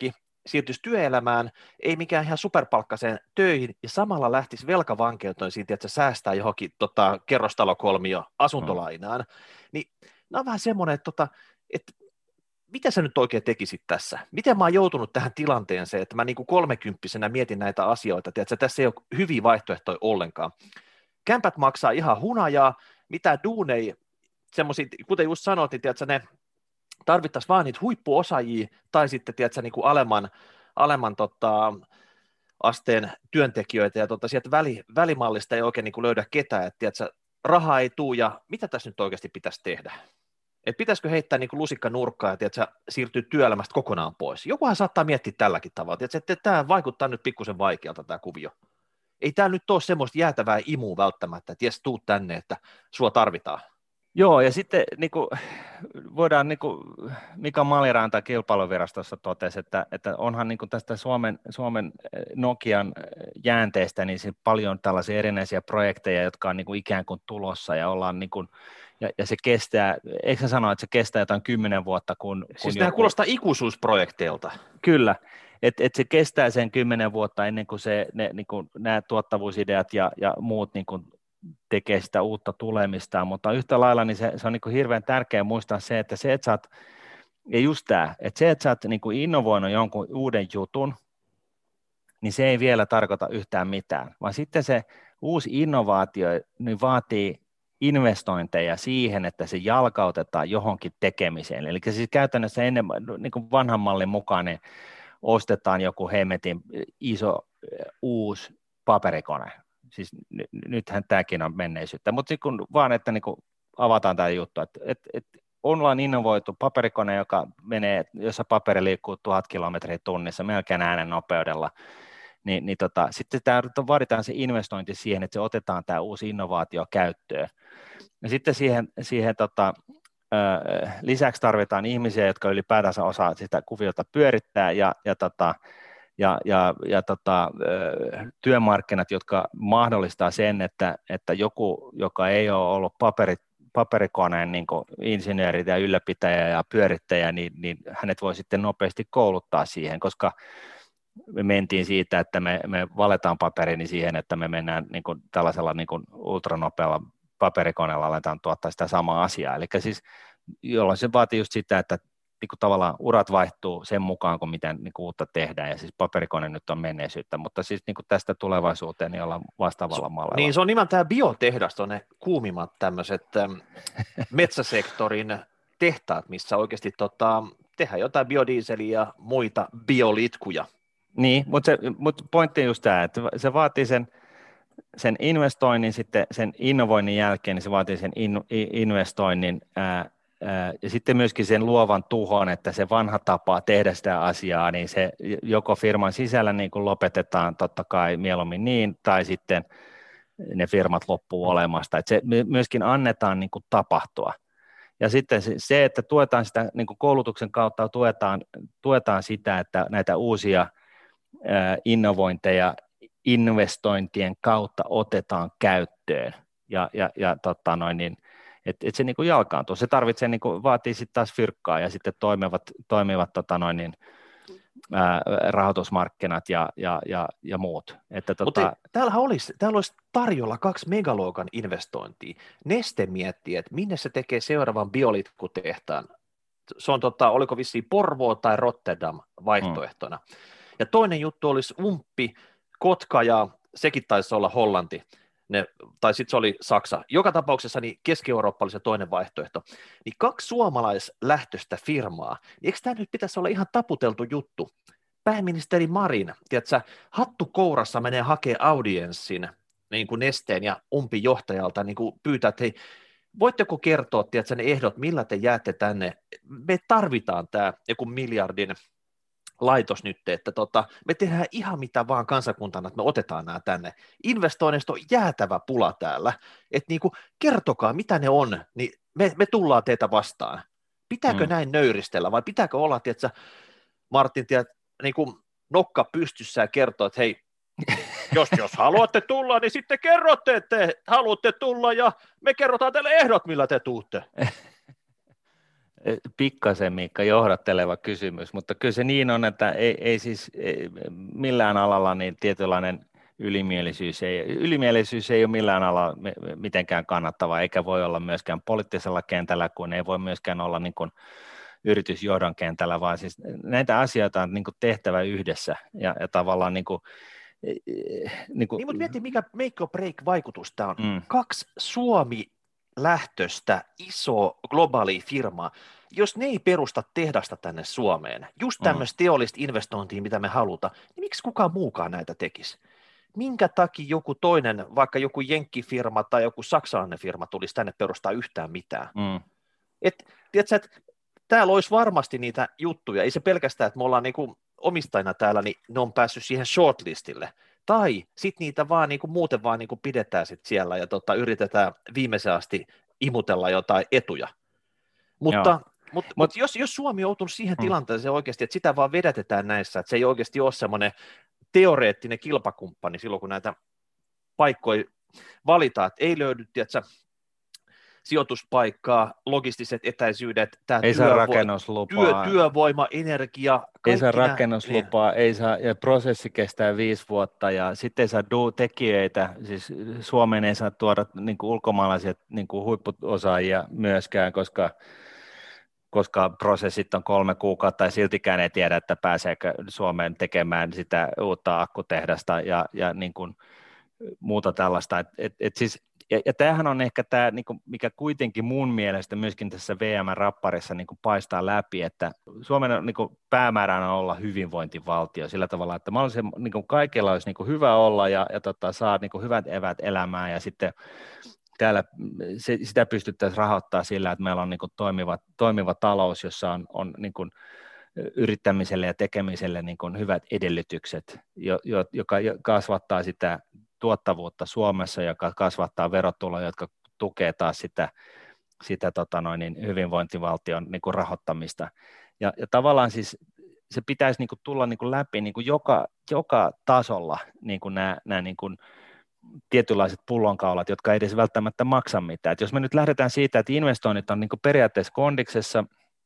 siirtyisi työelämään, ei mikään ihan superpalkkaiseen töihin, ja samalla lähtisi velkavankeuteen siitä, että se säästää johonkin tota, kerrostalokolmio asuntolainaan, niin nämä on vähän semmoinen, että, tota, että mitä sä nyt oikein tekisit tässä? Miten mä oon joutunut tähän tilanteeseen, että mä niin kuin kolmekymppisenä mietin näitä asioita, että tässä ei ole hyviä vaihtoehtoja ollenkaan. Kämpät maksaa ihan hunajaa, mitä duunei, semmoisia, kuten just sanoit, niin tiedätkö, ne tarvittaisiin vaan niitä huippuosaajia tai sitten tiedätkö, niin kuin alemman, alemman tota, asteen työntekijöitä ja tota, sieltä väli, välimallista ei oikein niin kuin löydä ketään, että tiedätkö, rahaa ei tule ja mitä tässä nyt oikeasti pitäisi tehdä? Että pitäisikö heittää niin kuin lusikka nurkkaan ja tiedätkö, siirtyä työelämästä kokonaan pois? Jokuhan saattaa miettiä tälläkin tavalla, tiedätkö, että tämä vaikuttaa nyt pikkusen vaikealta tämä kuvio. Ei tämä nyt ole semmoista jäätävää imua välttämättä, että jes, tuu tänne, että sua tarvitaan. Joo, ja sitten niin kuin, voidaan, niin kuin Mika Maliranta kilpailuvirastossa totesi, että, että onhan niin kuin tästä Suomen, Suomen Nokian jäänteestä niin paljon tällaisia erinäisiä projekteja, jotka on niin kuin ikään kuin tulossa ja ollaan niin kuin, ja, ja se kestää, eikö sä sano, että se kestää jotain kymmenen vuotta, kun... Siis kun nämä joku... kuulostaa ikuisuusprojekteilta. Kyllä, että et se kestää sen kymmenen vuotta ennen kuin, se, ne, niin kuin nämä tuottavuusideat ja, ja muut niin kuin tekee sitä uutta tulemistaan, mutta yhtä lailla niin se, se on niin kuin hirveän tärkeää muistaa se, että se, että sä oot, ja just tämä, että se, että sä oot niin kuin innovoinut jonkun uuden jutun, niin se ei vielä tarkoita yhtään mitään, vaan sitten se uusi innovaatio niin vaatii investointeja siihen, että se jalkautetaan johonkin tekemiseen. Eli siis käytännössä ennen niin kuin vanhan mallin mukaan niin ostetaan joku hemmetin iso uusi paperikone. Siis n- nythän tämäkin on menneisyyttä, mutta kun vaan, että niin kuin avataan tämä juttu, että, että, että ollaan innovoitu paperikone, joka menee, jossa paperi liikkuu tuhat kilometriä tunnissa melkein äänen nopeudella, niin, niin tota, sitten tämä, vaaditaan se investointi siihen, että se otetaan tämä uusi innovaatio käyttöön. Ja sitten siihen, siihen tota, ö, lisäksi tarvitaan ihmisiä, jotka ylipäätänsä osaa sitä kuviota pyörittää ja, ja, tota, ja, ja, ja tota, ö, työmarkkinat, jotka mahdollistaa sen, että, että joku, joka ei ole ollut paperit, paperikoneen niin kuin insinööri ja ylläpitäjä ja pyörittäjä, niin, niin hänet voi sitten nopeasti kouluttaa siihen, koska me mentiin siitä, että me, me valetaan paperini siihen, että me mennään niin kuin tällaisella niin kuin ultranopealla paperikoneella aletaan tuottaa sitä samaa asiaa. Eli siis, jolloin se vaatii just sitä, että niin kuin tavallaan urat vaihtuu sen mukaan, kun miten niin kuin uutta tehdään, ja siis paperikone nyt on menneisyyttä, mutta siis niin kuin tästä tulevaisuuteen niin ollaan vastaavalla mallilla. Niin, se on nimenomaan tämä biotehdas, on ne kuumimmat tämmöiset ähm, metsäsektorin tehtaat, missä oikeasti tota, tehdään jotain biodieseliä ja muita biolitkuja. Niin, mutta, se, mutta pointti on just tämä, että se vaatii sen, sen investoinnin, sitten sen innovoinnin jälkeen, niin se vaatii sen in, investoinnin ää, ää, ja sitten myöskin sen luovan tuhon, että se vanha tapa tehdä sitä asiaa, niin se joko firman sisällä niin kuin lopetetaan totta kai mieluummin niin, tai sitten ne firmat loppuu olemasta, että se myöskin annetaan niin kuin tapahtua. Ja sitten se, että tuetaan sitä niin kuin koulutuksen kautta, tuetaan, tuetaan sitä, että näitä uusia innovointeja investointien kautta otetaan käyttöön ja, ja, ja tota noin, niin, että et se niin kuin jalkaantuu. Se tarvitsee, niin kuin, vaatii sitten taas fyrkkaa ja sitten toimivat, toimivat tota noin, niin, ää, rahoitusmarkkinat ja, ja, ja, ja muut. Että, tota... Mutta täällähän olisi, täällä olisi tarjolla kaksi megaluokan investointia. Neste miettii, että minne se tekee seuraavan biolitkutehtaan. Se on, tota, oliko vissiin Porvoo tai Rotterdam vaihtoehtona. Hmm. Ja toinen juttu olisi Umppi, Kotka ja sekin taisi olla Hollanti, ne, tai sitten se oli Saksa. Joka tapauksessa niin Keski-Eurooppa oli se toinen vaihtoehto. Niin kaksi suomalaislähtöistä firmaa, niin eikö tämä nyt pitäisi olla ihan taputeltu juttu? Pääministeri Marin, tiedätkö, hattu kourassa menee hakemaan audienssin niin kuin Nesteen ja Umpin johtajalta, niin kuin pyytää, että hei, voitteko kertoa, tiedätkö, ne ehdot, millä te jäätte tänne? Me tarvitaan tämä joku miljardin laitos nyt, että tota, me tehdään ihan mitä vaan kansakuntana, että me otetaan nämä tänne. Investoinneista on jäätävä pula täällä, että niinku, kertokaa mitä ne on, niin me, me tullaan teitä vastaan. Pitääkö hmm. näin nöyristellä vai pitääkö olla, tiedätkö, Martin, tiedät, niinku, nokka pystyssä ja kertoa, että hei, jos, jos haluatte tulla, niin sitten kerrotte, että te haluatte tulla ja me kerrotaan teille ehdot, millä te tuutte. pikkasen Miikka johdatteleva kysymys, mutta kyllä se niin on, että ei, ei siis ei, millään alalla niin tietynlainen ylimielisyys ei, ylimielisyys ei ole millään alalla mitenkään kannattava, eikä voi olla myöskään poliittisella kentällä, kun ei voi myöskään olla niin kuin yritysjohdon kentällä, vaan siis näitä asioita on niin kuin tehtävä yhdessä ja, ja tavallaan niin kuin, niin, kuin, niin mutta mieti, mikä make or break vaikutus tämä on. Mm. Kaksi Suomi-lähtöistä iso globaali firmaa, jos ne ei perusta tehdasta tänne Suomeen, just tämmöistä mm. teollista investointia, mitä me halutaan, niin miksi kukaan muukaan näitä tekisi? Minkä takia joku toinen, vaikka joku jenkkifirma tai joku saksalainen firma tulisi tänne perustaa yhtään mitään? Mm. Et, tiedätkö, että täällä olisi varmasti niitä juttuja, ei se pelkästään, että me ollaan niinku omistajina täällä, niin ne on päässyt siihen shortlistille, tai sitten niitä vaan niinku muuten vaan niinku pidetään sit siellä ja tota, yritetään viimeisen asti imutella jotain etuja. Mutta, mutta, mutta jos, jos Suomi on joutunut siihen tilanteeseen oikeasti, että sitä vaan vedätetään näissä, että se ei oikeasti ole semmoinen teoreettinen kilpakumppani silloin, kun näitä paikkoja valitaan, että ei löydy, tiedätkö, sijoituspaikkaa, logistiset etäisyydet, tämä ei saa rakennuslupaa, työ, työvoima, energia, ei saa rakennuslupaa, niin. ei saa, ja prosessi kestää viisi vuotta, ja sitten ei saa tekijöitä, siis Suomeen ei saa tuoda niin kuin ulkomaalaisia niin kuin huippuosaajia myöskään, koska, koska prosessit on kolme kuukautta, ja siltikään ei tiedä, että pääseekö Suomeen tekemään sitä uutta akkutehdasta, ja, ja niin kuin muuta tällaista, et, et, et siis Ja, ja tämähän on ehkä tämä, mikä kuitenkin mun mielestä myöskin tässä V M-rapparissa niin paistaa läpi, että Suomen niin päämääränä on olla hyvinvointivaltio sillä tavalla, että niin kaikilla olisi niin hyvä olla ja, ja tota, saa niin hyvät evät elämään ja sitten täällä se, sitä pystyttäisiin rahoittamaan sillä, että meillä on niin toimiva, toimiva talous, jossa on, on niin yrittämiselle ja tekemiselle niin hyvät edellytykset, jo, jo, joka kasvattaa sitä tuottavuutta Suomessa, joka kasvattaa verotuloja, jotka tukee taas sitä, sitä tota noin, niin hyvinvointivaltion niin kuin rahoittamista. Ja, ja tavallaan siis se pitäisi niin kuin tulla niin kuin läpi niin kuin joka, joka tasolla niin kuin nämä, nämä niin kuin tietynlaiset pullonkaulat, jotka ei edes välttämättä maksa mitään. Et jos me nyt lähdetään siitä, että investoinnit on niin kuin periaatteessa kondiksessa,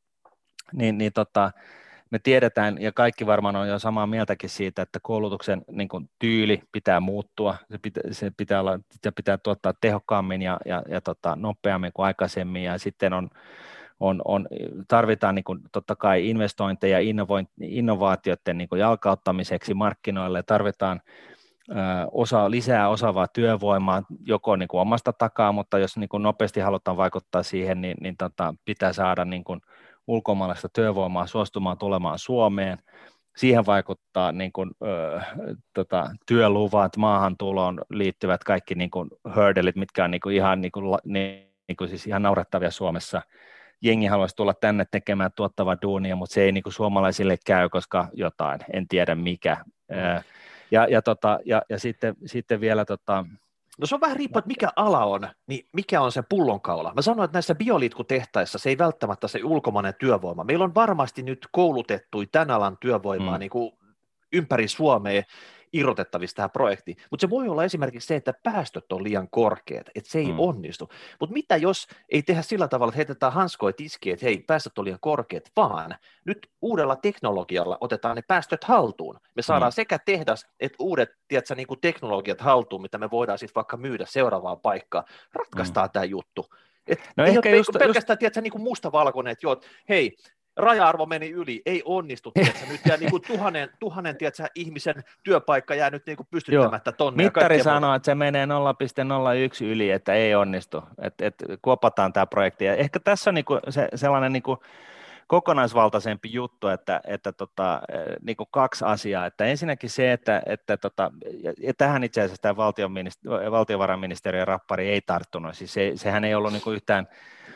niin, niin tota, me tiedetään, ja kaikki varmaan on jo samaa mieltäkin siitä, että koulutuksen niin kuin, tyyli pitää muuttua, se pitää, se pitää, olla, se pitää tuottaa tehokkaammin ja, ja, ja tota, nopeammin kuin aikaisemmin, ja sitten on, on, on, tarvitaan niin kuin, totta kai investointeja innovaatioiden niin kuin, jalkauttamiseksi markkinoille, tarvitaan ö, osa, lisää osaavaa työvoimaa, joko niin kuin, omasta takaa, mutta jos niin kuin, nopeasti halutaan vaikuttaa siihen, niin, niin tota, pitää saada niin kuin, ulkomaalaista työvoimaa suostumaan tulemaan Suomeen. Siihen vaikuttaa niin kuin, ö, tota, työluvat, maahantuloon liittyvät kaikki niin kuin hurdlet, mitkä on niin kuin ihan, niin kuin, niin kuin siis ihan naurettavia Suomessa. Jengi haluaisi tulla tänne tekemään tuottavaa duunia, mutta se ei niin kuin suomalaisille käy, koska jotain, en tiedä mikä. Mm. Ja, ja, tota, ja, ja sitten, sitten vielä... Tota, No se on vähän riippuu, että mikä ala on, niin mikä on se pullonkaula. Mä sanoin, että näissä bioliitkutehtaissa se ei välttämättä se ulkomainen työvoima. Meillä on varmasti nyt koulutettui tämän alan työvoimaa mm. niin kuin ympäri Suomea irrotettavissa tähän projektiin, mutta se voi olla esimerkiksi se, että päästöt on liian korkeat, että se ei mm. onnistu. Mutta mitä jos ei tehdä sillä tavalla, että heitetään hanskoja tiskiin, että hei, päästöt on liian korkeat, vaan nyt uudella teknologialla otetaan ne päästöt haltuun. Me saadaan mm. sekä tehdas että uudet tiedätkö, niin kuin teknologiat haltuun, mitä me voidaan sitten vaikka myydä seuraavaan paikkaan. Ratkaistaan mm. tämä juttu. Et no ei ole just, pelkästään just... tiedätkö, niin kuin mustavalkoinen, että joo, hei, raja-arvo meni yli, ei onnistu, tiedätkö, nyt jää niin kuin tuhannen, tuhannen tiedätkö, ihmisen työpaikka jää nyt niin kuin pystyttämättä tonne. Mittari sanoo, muuta. Että se menee nolla pilkku nolla yksi yli, että ei onnistu, että et, kuopataan tämä projekti. Ja ehkä tässä on niin kuin se, sellainen niin kuin kokonaisvaltaisempi juttu, että, että tota, niin kuin kaksi asiaa, että ensinnäkin se, että, että tota, ja tähän itse asiassa tämä valtiovarainministeriön rappari ei tarttunut, siis se, sehän ei ollut niin kuin yhtään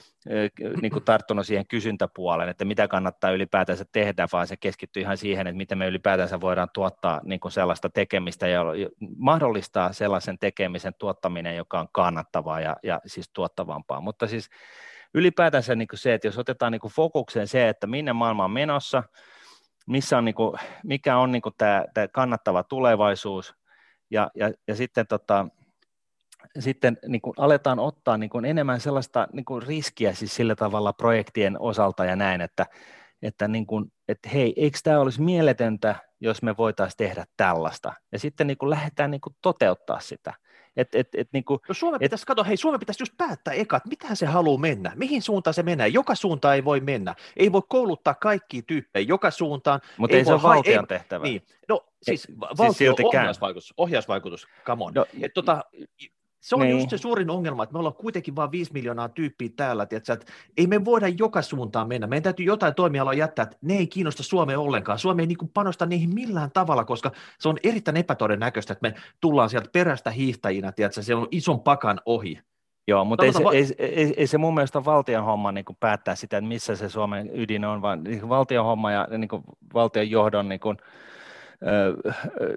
niin kuin tarttunut siihen kysyntäpuoleen, että mitä kannattaa ylipäätänsä tehdä, vaan se keskittyy ihan siihen, että miten me ylipäätänsä voidaan tuottaa niin kuin sellaista tekemistä ja mahdollistaa sellaisen tekemisen tuottaminen, joka on kannattavaa ja, ja siis tuottavampaa. Mutta siis ylipäätänsä niin kuin se, että jos otetaan niin kuin fokukseen se, että minne maailma on menossa, missä on niin kuin, mikä on niin kuin tämä, tämä kannattava tulevaisuus ja, ja, ja sitten tota, sitten niin kuin aletaan ottaa niin kuin enemmän sellaista niin kuin riskiä siis sillä tavalla projektien osalta ja näin, että, että, niin kuin, että hei, eikö tämä olisi mieletöntä, jos me voitaisiin tehdä tällaista, ja sitten niin kuin lähdetään niin kuin toteuttaa sitä. Et, et, et, niin kuin, No Suomen et, pitäisi, kato, hei, Suomen pitäisi just päättää eka, että mitä se haluaa mennä, mihin suuntaan se menee. Joka suuntaan ei voi mennä. Ei voi kouluttaa kaikkia tyyppejä joka suuntaan. mutta Ei ei se voi ole hai, ei, valtion tehtävä, niin, no e, siis va- siis valtio siltikään. ohjausvaikutus, ohjausvaikutus, come on. No, Et tota, se on niin. just se suurin ongelma, että me ollaan kuitenkin vain viisi miljoonaa tyyppiä täällä, tiiätkö, että ei me voida joka suuntaan mennä. Meidän täytyy jotain toimialoja jättää, että ne ei kiinnosta Suomea ollenkaan. Suomi ei niin kuin panosta niihin millään tavalla, koska se on erittäin epätodennäköistä, että me tullaan sieltä perästä hiihtäjinä, tiiätkö, se on ison pakan ohi. Joo, mutta ei se, va- ei, ei, ei se mun mielestä ole valtion homma niin kuin päättää sitä, että missä se Suomen ydin on, vaan niin kuin valtion homma ja niin kuin valtion johdon niin kuin, ö,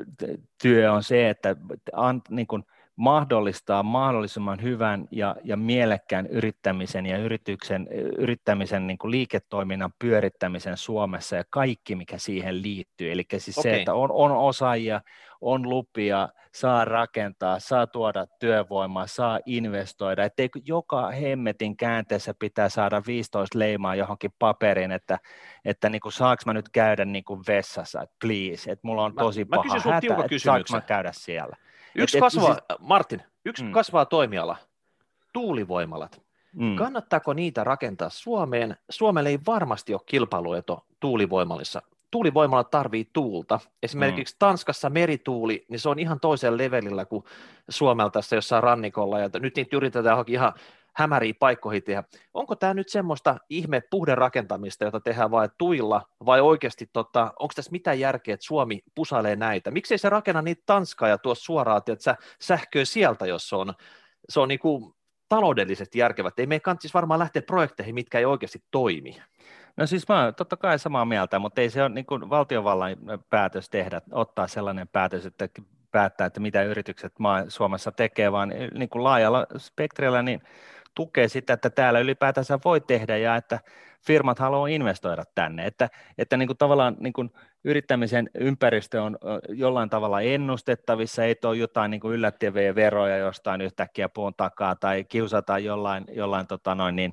työ on se, että an, niin kuin mahdollistaa mahdollisimman hyvän ja, ja mielekkään yrittämisen ja yrityksen, yrittämisen niin kuin liiketoiminnan pyörittämisen Suomessa ja kaikki, mikä siihen liittyy. Eli siis Okei. se, että on, on osaajia, on lupia, saa rakentaa, saa tuoda työvoimaa, saa investoida, ettei joka hemmetin käänteessä pitää saada viisitoista leimaa johonkin paperiin, että, että niin kuin, saanko mä nyt käydä niin kuin vessassa, että please, että mulla on Mä, tosi mä paha kysyn sulta hätä, tiukan että saanko kysymyksen. mä käydä siellä. Yksi et, kasvaa, et, siis, Martin, yksi mm, kasvaa toimiala, tuulivoimalat. mm, Kannattaako niitä rakentaa Suomeen? Suomelle ei varmasti ole kilpailueto tuulivoimalissa. Tuulivoimalat tarvii tuulta. Esimerkiksi mm. Tanskassa merituuli, niin se on ihan toisella levelillä kuin Suomella tässä jossain rannikolla, ja nyt niitä yritetään johonkin ihan hämäriä paikkoihin tehdä. Onko tämä nyt semmoista ihme puhderakentamista, jota tehdään vain tuilla, vai oikeasti, tota, onko tässä mitään järkeä, että Suomi pusailee näitä? Miksei se rakenna niitä Tanskaa ja tuo suoraan, että sähköä sieltä, jos se on, se on niin kuin taloudellisesti järkevät. Ei meidän kannattaisi varmaan lähteä projekteihin, mitkä ei oikeasti toimi. No siis mä olen totta kai samaa mieltä, mutta ei se ole niin kuin valtiovallan päätös tehdä, ottaa sellainen päätös, että päättää, että mitä yritykset maa Suomessa tekee, vaan niin kuin laajalla spektrillä niin tukee sitä, että täällä ylipäätänsä voi tehdä ja että firmat haluaa investoida tänne, että, että niin kuin tavallaan niin kuin yrittämisen ympäristö on jollain tavalla ennustettavissa, ei ole jotain niin kuin yllättäviä veroja jostain yhtäkkiä puun takaa tai kiusataan jollain, jollain tota noin niin,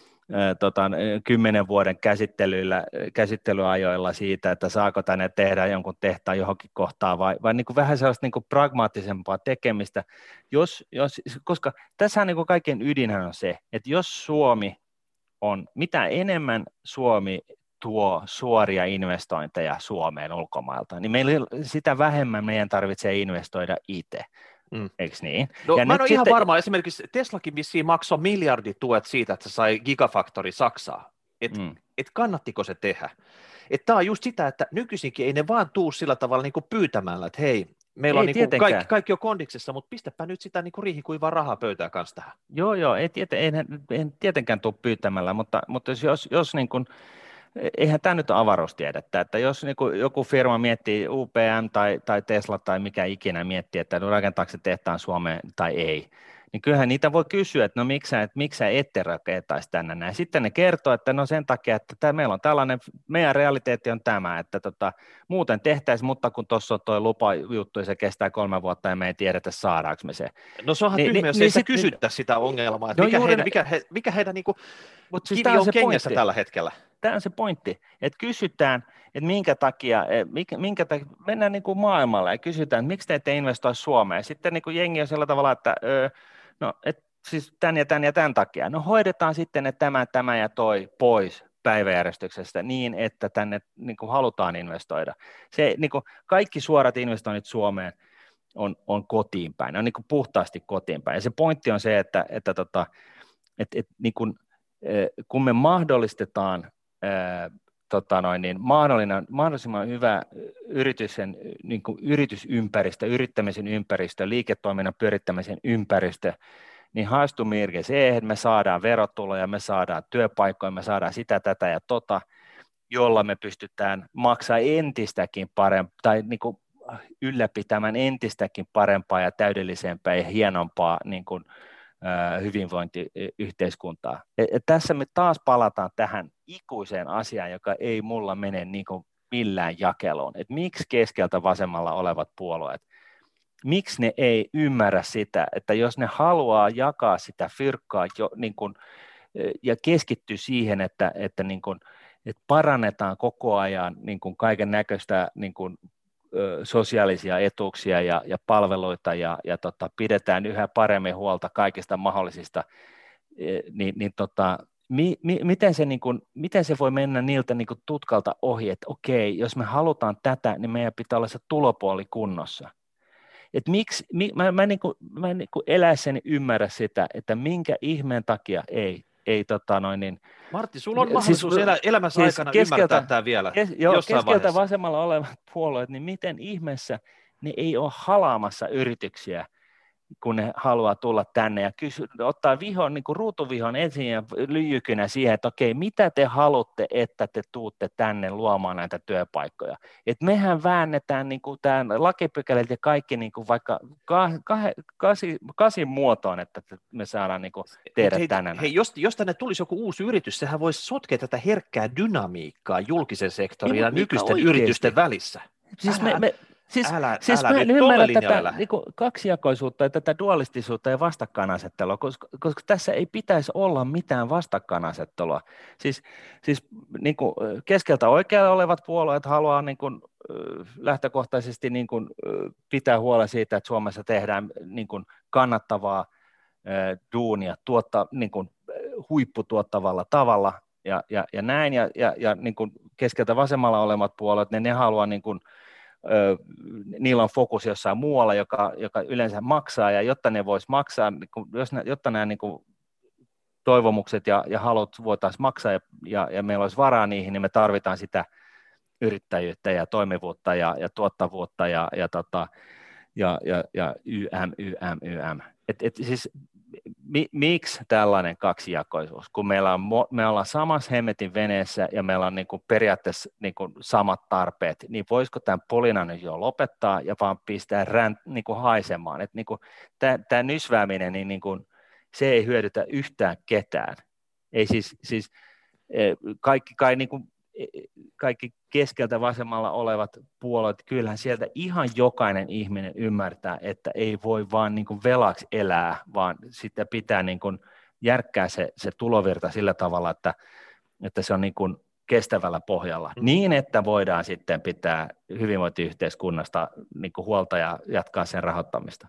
Tota, kymmenen vuoden käsittelyillä, käsittelyajoilla siitä, että saako tänne tehdä jonkun tehtaan johonkin kohtaan, vai, vai niin kuin vähän sellaista niin kuin pragmaattisempaa tekemistä, jos, jos, koska tässä niin kuin kaiken ydinhän on se, että jos Suomi on, mitä enemmän Suomi tuo suoria investointeja Suomeen ulkomailta, niin meillä sitä vähemmän meidän tarvitsee investoida itse. Mm. Eikö niin? No, ja mä en ole ihan sitten varma. Esimerkiksi Teslakin vissiin maksoi miljardituet siitä, että se sai Gigafactory Saksaa. Että mm. et kannattiko se tehdä? Että tämä on just sitä, että nykyisinkin ei ne vaan tuu sillä tavalla niin kuin pyytämällä, että hei, meillä ei on niin kuin kaikki, kaikki on kondiksessa, mutta pistäpä nyt sitä niin kuin riihikuivaa rahaa pöytää kanssa tähän. Joo, joo, ei, tieten, ei, ei tietenkään tule pyytämällä, mutta, mutta jos, jos niin kuin eihän tämä nyt ole avaruustiedettä, että jos niin kuin joku firma miettii, U P M tai, tai Tesla tai mikä ikinä miettii, että rakentaako se tehtaan Suomeen tai ei, niin kyllähän niitä voi kysyä, että no miksi, että miksi sä ette rakentaisi tänne näin. Sitten ne kertoo, että no sen takia, että tämä, meillä on tällainen, meidän realiteetti on tämä, että tota, muuten tehtäisiin, mutta kun tuossa on tuo lupajuttu ja se kestää kolme vuotta ja me ei tiedetä saadaanko me se. No se onhan Ni, tyhmä, jos niin, ei sitä niin, kysyttä sitä ongelmaa, että no mikä, juuri, heidän, mikä, he, mikä heidän niin kuin siis kivi on se kengässä pointti. tällä hetkellä. Tämä on se pointti, että kysytään, että minkä takia, minkä, minkä takia mennään niin kuin maailmalle ja kysytään, että miksi te ette investoi Suomeen. Sitten niin kuin jengi on sillä tavalla, että öö, no, et, siis tämän ja tämän ja tämän takia. No hoidetaan sitten, että tämä, tämä ja toi pois päiväjärjestyksestä niin, että tänne niin kuin halutaan investoida. Se, niin kuin kaikki suorat investoinnit Suomeen on, on kotiin päin, ne on niin kuin puhtaasti kotiin päin. Ja se pointti on se, että, että, tota, että, että niin kuin, kun me mahdollistetaan ää, tota noin, niin mahdollisimman hyvä yrityksen, niin kuin yritysympäristö, yrittämisen ympäristö, liiketoiminnan pyörittämisen ympäristö, niin haastumirke se, että me saadaan verotuloja, me saadaan työpaikkoja, me saadaan sitä, tätä ja tota, jolla me pystytään maksaa entistäkin parempaa, tai niin kuin ylläpitämään entistäkin parempaa ja täydellisempää ja hienompaa niin kuin hyvinvointiyhteiskuntaa. Et tässä me taas palataan tähän ikuiseen asiaan, joka ei mulla mene niin kuin millään jakeluun. Et miksi keskeltä vasemmalla olevat puolueet miksi ne ei ymmärrä sitä, että jos ne haluaa jakaa sitä fyrkkaa jo, niin kuin, ja keskittyy siihen, että, että, niin kuin, että parannetaan koko ajan niin kuin kaiken näköistä niin kuin, sosiaalisia etuuksia ja, ja palveluita ja, ja tota, pidetään yhä paremmin huolta kaikista mahdollisista, niin, niin tota, mi, mi, miten, se, niin kuin, miten se voi mennä niiltä niin kuin tutkalta ohi, että okei, jos me halutaan tätä, niin meidän pitää olla se tulopuoli kunnossa. Et miksi, mi, mä, mä, niin kuin, mä en niin kuin eläessäni ymmärrä sitä, että minkä ihmeen takia ei, ei tota noin niin, Martti, sulla on mahdollisuus siis, elä, elämässä siis aikana keskeltä, ymmärtää tämä vielä kes, joo, jossain keskeltä vaiheessa. vasemmalla olevat puolueet, niin miten ihmeessä ne ei ole halaamassa yrityksiä, kun ne haluaa tulla tänne ja kysy, ottaa vihon, niin kuin ruutuvihon esiin ja lyijykynä siihen, että okei, mitä te haluatte, että te tuutte tänne luomaan näitä työpaikkoja. Et mehän väännetään niin kuin tämän lakipykälät ja kaikki niin kuin vaikka kah, kasi, kasin muotoon, että me saadaan niin kuin tehdä hei, tänään. Hei, jos, jos tänne tulisi joku uusi yritys, sehän voisi sotkea tätä herkkää dynamiikkaa julkisen sektorin ja nykyisten oikeasti yritysten välissä. Siis älä, me, me, Siis, älä, siis älä mä nyt en ymmärrä tolle tätä niin kuin kaksijakoisuutta ja tätä dualistisuutta ja vastakkainasettelua, koska, koska tässä ei pitäisi olla mitään vastakkainasettelua. Siis, siis niin kuin keskeltä oikealle olevat puolueet haluaa niin kuin, lähtökohtaisesti niin kuin, pitää huolen siitä, että Suomessa tehdään niin kuin kannattavaa duunia tuotta, niin kuin, huipputuottavalla tavalla ja, ja, ja näin, ja, ja, ja niin kuin keskeltä vasemmalla olevat puolueet, ne, ne haluaa niin kuin, niillä on fokus jossain muualla, joka, joka yleensä maksaa, ja jotta ne vois maksaa, jos ne, jotta nämä niin kuin toivomukset ja, ja halut voitaisiin maksaa, ja, ja, ja meillä olisi varaa niihin, niin me tarvitaan sitä yrittäjyyttä ja toimivuutta ja, ja tuottavuutta ja, ja, tota, ja, ja, ja ym, ym, ym. Et, et siis, mi, miksi tällainen kaksijakoisuus, kun meillä on, me ollaan samassa hemmetin veneessä ja meillä on niin kuin periaatteessa niin kuin samat tarpeet, niin voisiko tämän polinan nyt jo lopettaa ja vaan pistää rän, niin kuin haisemaan. Et niin kuin, tämä, tämä nysvääminen, niin, niin kuin, se ei hyödytä yhtään ketään. Ei siis, siis kaikki kai niin kuin, kaikki keskeltä vasemmalla olevat puolueet, kyllähän sieltä ihan jokainen ihminen ymmärtää, että ei voi vaan niin kuin velaksi elää, vaan sitten pitää niin kuin järkkää se, se tulovirta sillä tavalla, että, että se on niin kuin kestävällä pohjalla, mm. niin että voidaan sitten pitää hyvinvointiyhteiskunnasta niin kuin huolta ja jatkaa sen rahoittamista.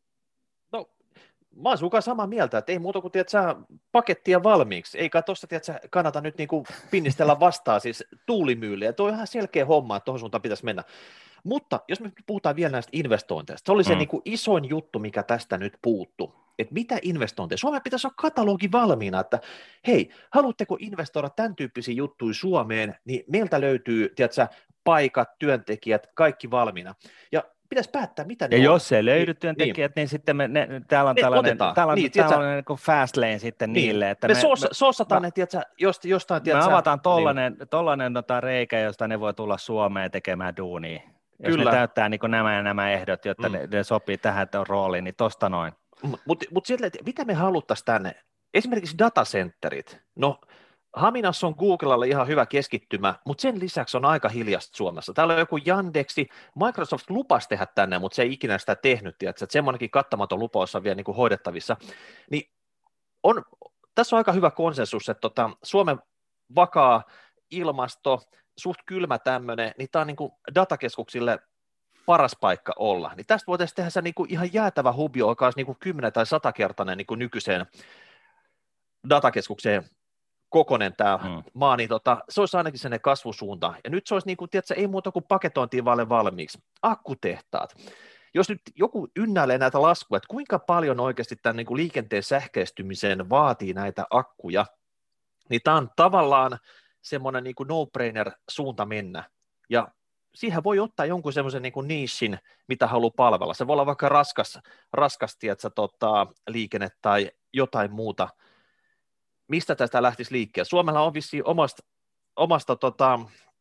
Mä oon sunkaan samaa mieltä, että ei muuta kuin tiedät, sä, pakettia valmiiksi, eikä tuossa kannata nyt niinku pinnistellä vastaan siis tuulimyyliä, tuo on ihan selkeä homma, että tuohon suuntaan pitäisi mennä. Mutta jos me puhutaan vielä näistä investointeista, se oli se mm. niinku isoin juttu, mikä tästä nyt puuttu, että mitä investointeja, Suomeen pitäisi olla katalogi valmiina, että hei, haluatteko investoida tämän tyyppisiä juttuja Suomeen, niin meiltä löytyy, tiedätkö, paikat, työntekijät, kaikki valmiina, ja pitäisi päättää, mitä ne ja on. jos se löydy työntekijät, niin, niin sitten me, ne, täällä on ne tällainen, täällä on, niin, tällainen niin fast lane sitten niin, niille. Että me, me, soos, me soosataan ne, tiedätkö, jost, jostain, tiedätkö, me avataan tollainen, niin. tollainen tota reikä, josta ne voi tulla Suomeen tekemään duunia. Jos Kyllä. ne täyttää niin nämä ja nämä ehdot, jotta mm. ne, ne sopii tähän rooliin, niin tosta noin. Mutta mut, mut sieltä, mitä me haluttaisiin tänne? Esimerkiksi datacenterit. No, Haminassa on Googlella ihan hyvä keskittymä, mutta sen lisäksi on aika hiljasta Suomessa. Täällä on joku Yandexi, Microsoft lupasi tehdä tänne, mutta se ei ikinä sitä tehnyt, tiedätkö? Että semmoinenkin kattamaton lupaus on vielä niin kuin hoidettavissa. Niin on, tässä on aika hyvä konsensus, että tota, Suomen vakaa ilmasto, suht kylmä tämmöinen, niin tämä on niin kuin datakeskuksille paras paikka olla. Niin tästä voitaisiin tehdä se niin kuin ihan jäätävä hubi, joka olisi niin kuin kymmenen tai satakertainen niin kuin nykyiseen datakeskukseen kokonen tämä mm. maa, niin tota, se olisi ainakin sellainen kasvusuunta. Ja nyt se olisi, niin kuin, tiedätkö, ei muuta kuin paketointiin vaille valmiiksi. Akkutehtaat. Jos nyt joku ynnäilee näitä laskuja, että kuinka paljon oikeasti tämän niin kuin liikenteen sähköistymiseen vaatii näitä akkuja, niin tämä on tavallaan semmoinen niin kuin no-brainer suunta mennä. Ja siihen voi ottaa jonkun semmoisen niin kuin niissin, mitä haluaa palvella. Se voi olla vaikka raskas, raskas tiedätkö, tota, liikenne tai jotain muuta. Mistä tästä lähtisi liikkeelle? Suomella on vissiin omasta, omasta tota,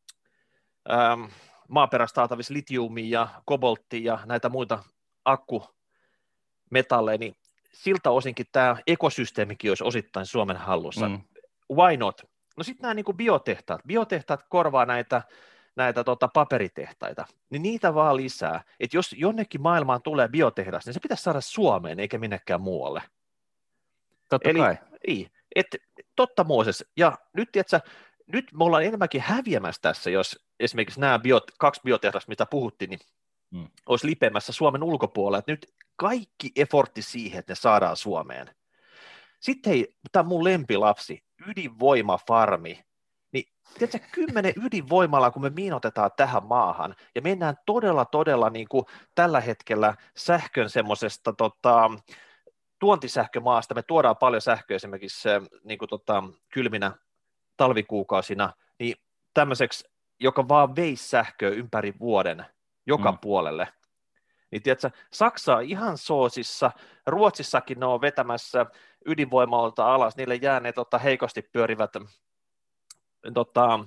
ähm, maaperästä saatavissa litiumia ja kobolttia ja näitä muita akkumetalleja, niin siltä osinkin tämä ekosysteemikin olisi osittain Suomen hallussa. Mm. Why not? No sitten nämä niin kuin biotehtaat. Biotehtaat korvaa näitä, näitä tota, paperitehtaita, niin niitä vaan lisää. Että jos jonnekin maailmaan tulee biotehdas, niin se pitäisi saada Suomeen eikä minnekään muualle. Totta Eli kai. ei, et, totta Mooses. Ja nyt, tiiätsä, nyt me ollaan enemmänkin häviämässä tässä, jos esimerkiksi nämä biot, kaksi biotehdasta, mitä puhuttiin, niin hmm. olisi lipeämässä Suomen ulkopuolella. Että nyt kaikki effortti siihen, että ne saadaan Suomeen. Sitten hei, tämä mun lempilapsi, ydinvoimafarmi. Niin, tiedätkö, kymmenen ydinvoimalla, kun me miinotetaan tähän maahan, ja mennään todella, todella niin kuin tällä hetkellä sähkön semmoisesta tota, tuontisähkömaasta, me tuodaan paljon sähköä esimerkiksi niin kuin tota, kylminä talvikuukausina, niin tämmöiseksi, joka vaan veisi sähköä ympäri vuoden, joka mm. puolelle. Niin tiedätkö, Saksa on ihan soosissa, Ruotsissakin ne on vetämässä ydinvoimalta alas, niille jää ne tota, heikosti pyörivät tota,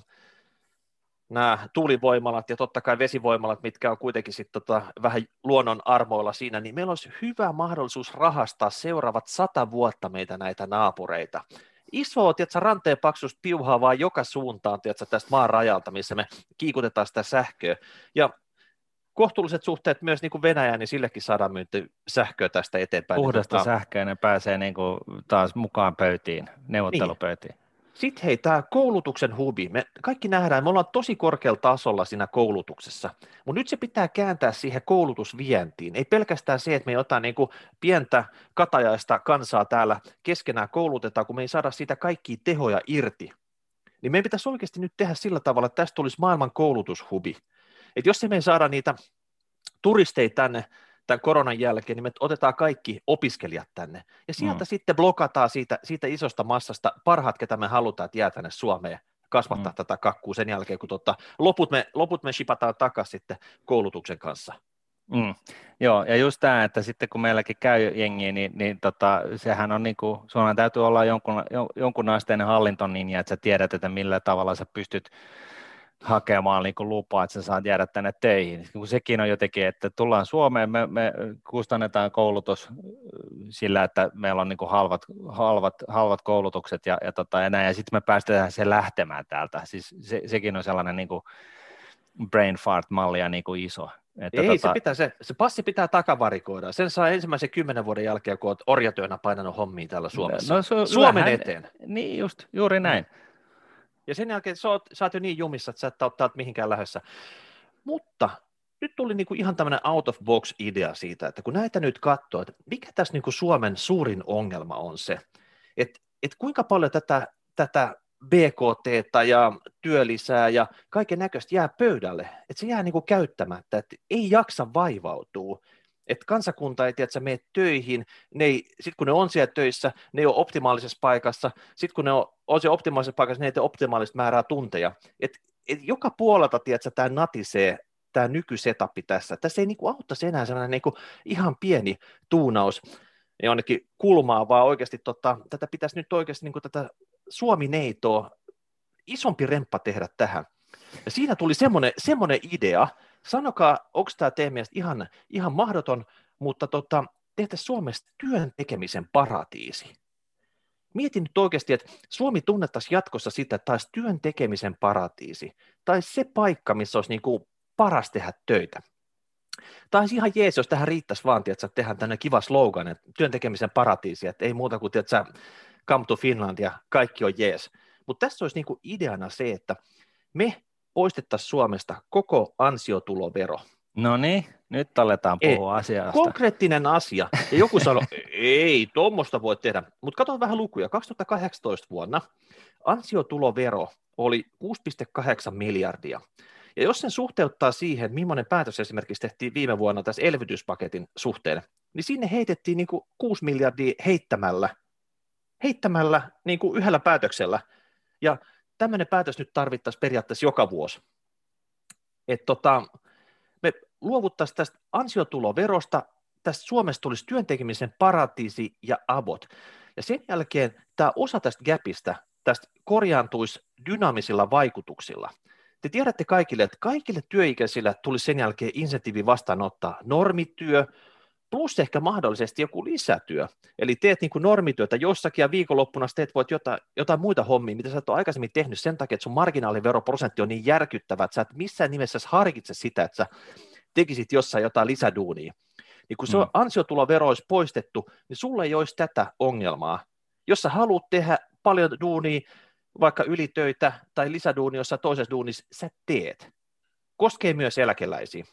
nämä tuulivoimalat ja totta kai vesivoimalat, mitkä on kuitenkin sit, tota, vähän luonnon armoilla siinä, niin meillä olisi hyvä mahdollisuus rahastaa seuraavat sata vuotta meitä näitä naapureita. Iso, tiedätkö, ranteen paksusta piuhaa vaan joka suuntaan, tiedätkö, tästä maan rajalta, missä me kiikutetaan sitä sähköä. Ja kohtuulliset suhteet myös niin kuin Venäjään, niin sillekin saadaan myynti sähköä tästä eteenpäin. Puhdasta niin, sähköä, ne pääsee niin kuin taas mukaan pöytiin, neuvottelupöytiin. Niin. Sitten hei, tämä koulutuksen hubi, me kaikki nähdään, me ollaan tosi korkealla tasolla siinä koulutuksessa, mutta nyt se pitää kääntää siihen koulutusvientiin. Ei pelkästään se, että me jotain niin kuin pientä katajaista kansaa täällä keskenään koulutetaan, kun me ei saada siitä kaikkia tehoja irti. Niin meidän pitäisi oikeasti nyt tehdä sillä tavalla, että tästä tulisi maailman koulutushubi. Että jos me ei saada niitä turisteja tänne tämän koronan jälkeen, niin me otetaan kaikki opiskelijat tänne. Ja sieltä mm. sitten blokataan siitä, siitä isosta massasta parhaat, ketä me halutaan, että jää tänne Suomeen kasvattaa mm. tätä kakkua sen jälkeen, kun tota, loput, me, loput me shipataan takaisin sitten koulutuksen kanssa. Mm. Joo, ja just tämä, että sitten kun meilläkin käy jengiä, niin, niin tota, sehän on niin kuin, Suomen täytyy olla jonkun, jonkun asteinen hallintoninja, että sä tiedät, että millä tavalla sä pystyt hakemaan niin lupaa, että sä saat jäädä tänne töihin. Kun sekin on jotenkin, että tullaan Suomeen, me, me kustannetaan koulutus sillä, että meillä on niin halvat, halvat, halvat koulutukset ja, ja, tota, ja näin, ja sitten me päästetään se lähtemään täältä. Siis se, sekin on sellainen niin kuin brain fart-mallia niin kuin iso. Että Ei, tota... se, pitää, se, se passi pitää takavarikoida. Sen saa ensimmäisen kymmenen vuoden jälkeen, kun olet orjatyönä painanut hommiin täällä Suomessa. No, su- Suomen vähän, eteen. Niin just, juuri näin. Mm. Ja sen jälkeen sä oot, sä oot jo niin jumissa, että sä et ole täältä mihinkään lähdössä. Mutta nyt tuli niinku ihan tämmöinen out of box idea siitä, että kun näitä nyt katsoo, että mikä tässä niinku Suomen suurin ongelma on se, että et kuinka paljon tätä, tätä B K T:tä ja työlisää ja kaiken näköistä jää pöydälle, että se jää niinku käyttämättä, että ei jaksa vaivautua. Että kansakunta ei tiedä, että sä meet töihin, sitten kun ne on siellä töissä, ne ei ole optimaalisessa paikassa, sitten kun ne on, on siellä optimaalisessa paikassa, ne ei tee optimaalista määrää tunteja. Et, et joka puolelta, tiedätkö, tämä natisee, tämä nykysetappi tässä. Tässä ei niinku auttaisi enää sellainen niinku ihan pieni tuunaus jonnekin kulmaa, vaan oikeasti tota, tätä pitäisi nyt oikeasti niinku tätä Suomi-neitoa isompi remppa tehdä tähän. Ja siinä tuli semmoinen, semmoinen idea, sanokaa, onko tämä teidän mielestä ihan, ihan mahdoton, mutta tota, tehtäisiin Suomesta työn tekemisen paratiisi. Mietin nyt oikeasti, että Suomi tunnettaisiin jatkossa sitä, että taisi työn tekemisen paratiisi, tai se paikka, missä olisi niin kuin paras tehdä töitä. Tai ihan jees, jos tähän riittäisi vaan, että tehdään tämmöinen kiva slogan, että työn tekemisen paratiisi, että ei muuta kuin, että come to Finland ja kaikki on jees. Mutta tässä olisi niin kuin ideana se, että me poistettaisiin Suomesta koko ansiotulovero. No niin, nyt aletaan puhua ei, asiasta. Konkreettinen asia. Ja joku sanoo, ei, tuommoista voi tehdä. Mutta katsotaan vähän lukuja. kaksituhattakahdeksantoista vuonna ansiotulovero oli kuusi pilkku kahdeksan miljardia. Ja jos sen suhteuttaa siihen, millainen päätös esimerkiksi tehtiin viime vuonna tässä elvytyspaketin suhteen, niin sinne heitettiin niin kuin kuusi miljardia heittämällä, heittämällä niin kuin yhdellä päätöksellä. Ja tämmöinen päätös nyt tarvittaisiin periaatteessa joka vuosi. Että tota, me luovuttaisiin tästä ansiotuloverosta, tästä Suomesta tulisi työntekemisen paratiisi ja abot. Ja sen jälkeen tämä osa tästä gapista, tästä korjaantuisi dynaamisilla vaikutuksilla. Te tiedätte kaikille, että kaikille työikäisille tulisi sen jälkeen insentiivi vastaanottaa normityö, plus ehkä mahdollisesti joku lisätyö. Eli teet niin kuin normityötä jossakin ja viikonloppuna teet voit jotain, jotain muita hommia, mitä sä et ole aikaisemmin tehnyt sen takia, että sun marginaaliveroprosentti on niin järkyttävä, että sä et missään nimessä harkitse sitä, että sä tekisit jossain jotain lisäduunia. Niin kun se mm. ansiotulovero olisi poistettu, niin sulle ei olisi tätä ongelmaa. Jos sä haluat tehdä paljon duunia, vaikka ylitöitä tai lisäduunia jossain toisessa duunissa, sä teet. Koskee myös eläkeläisiä.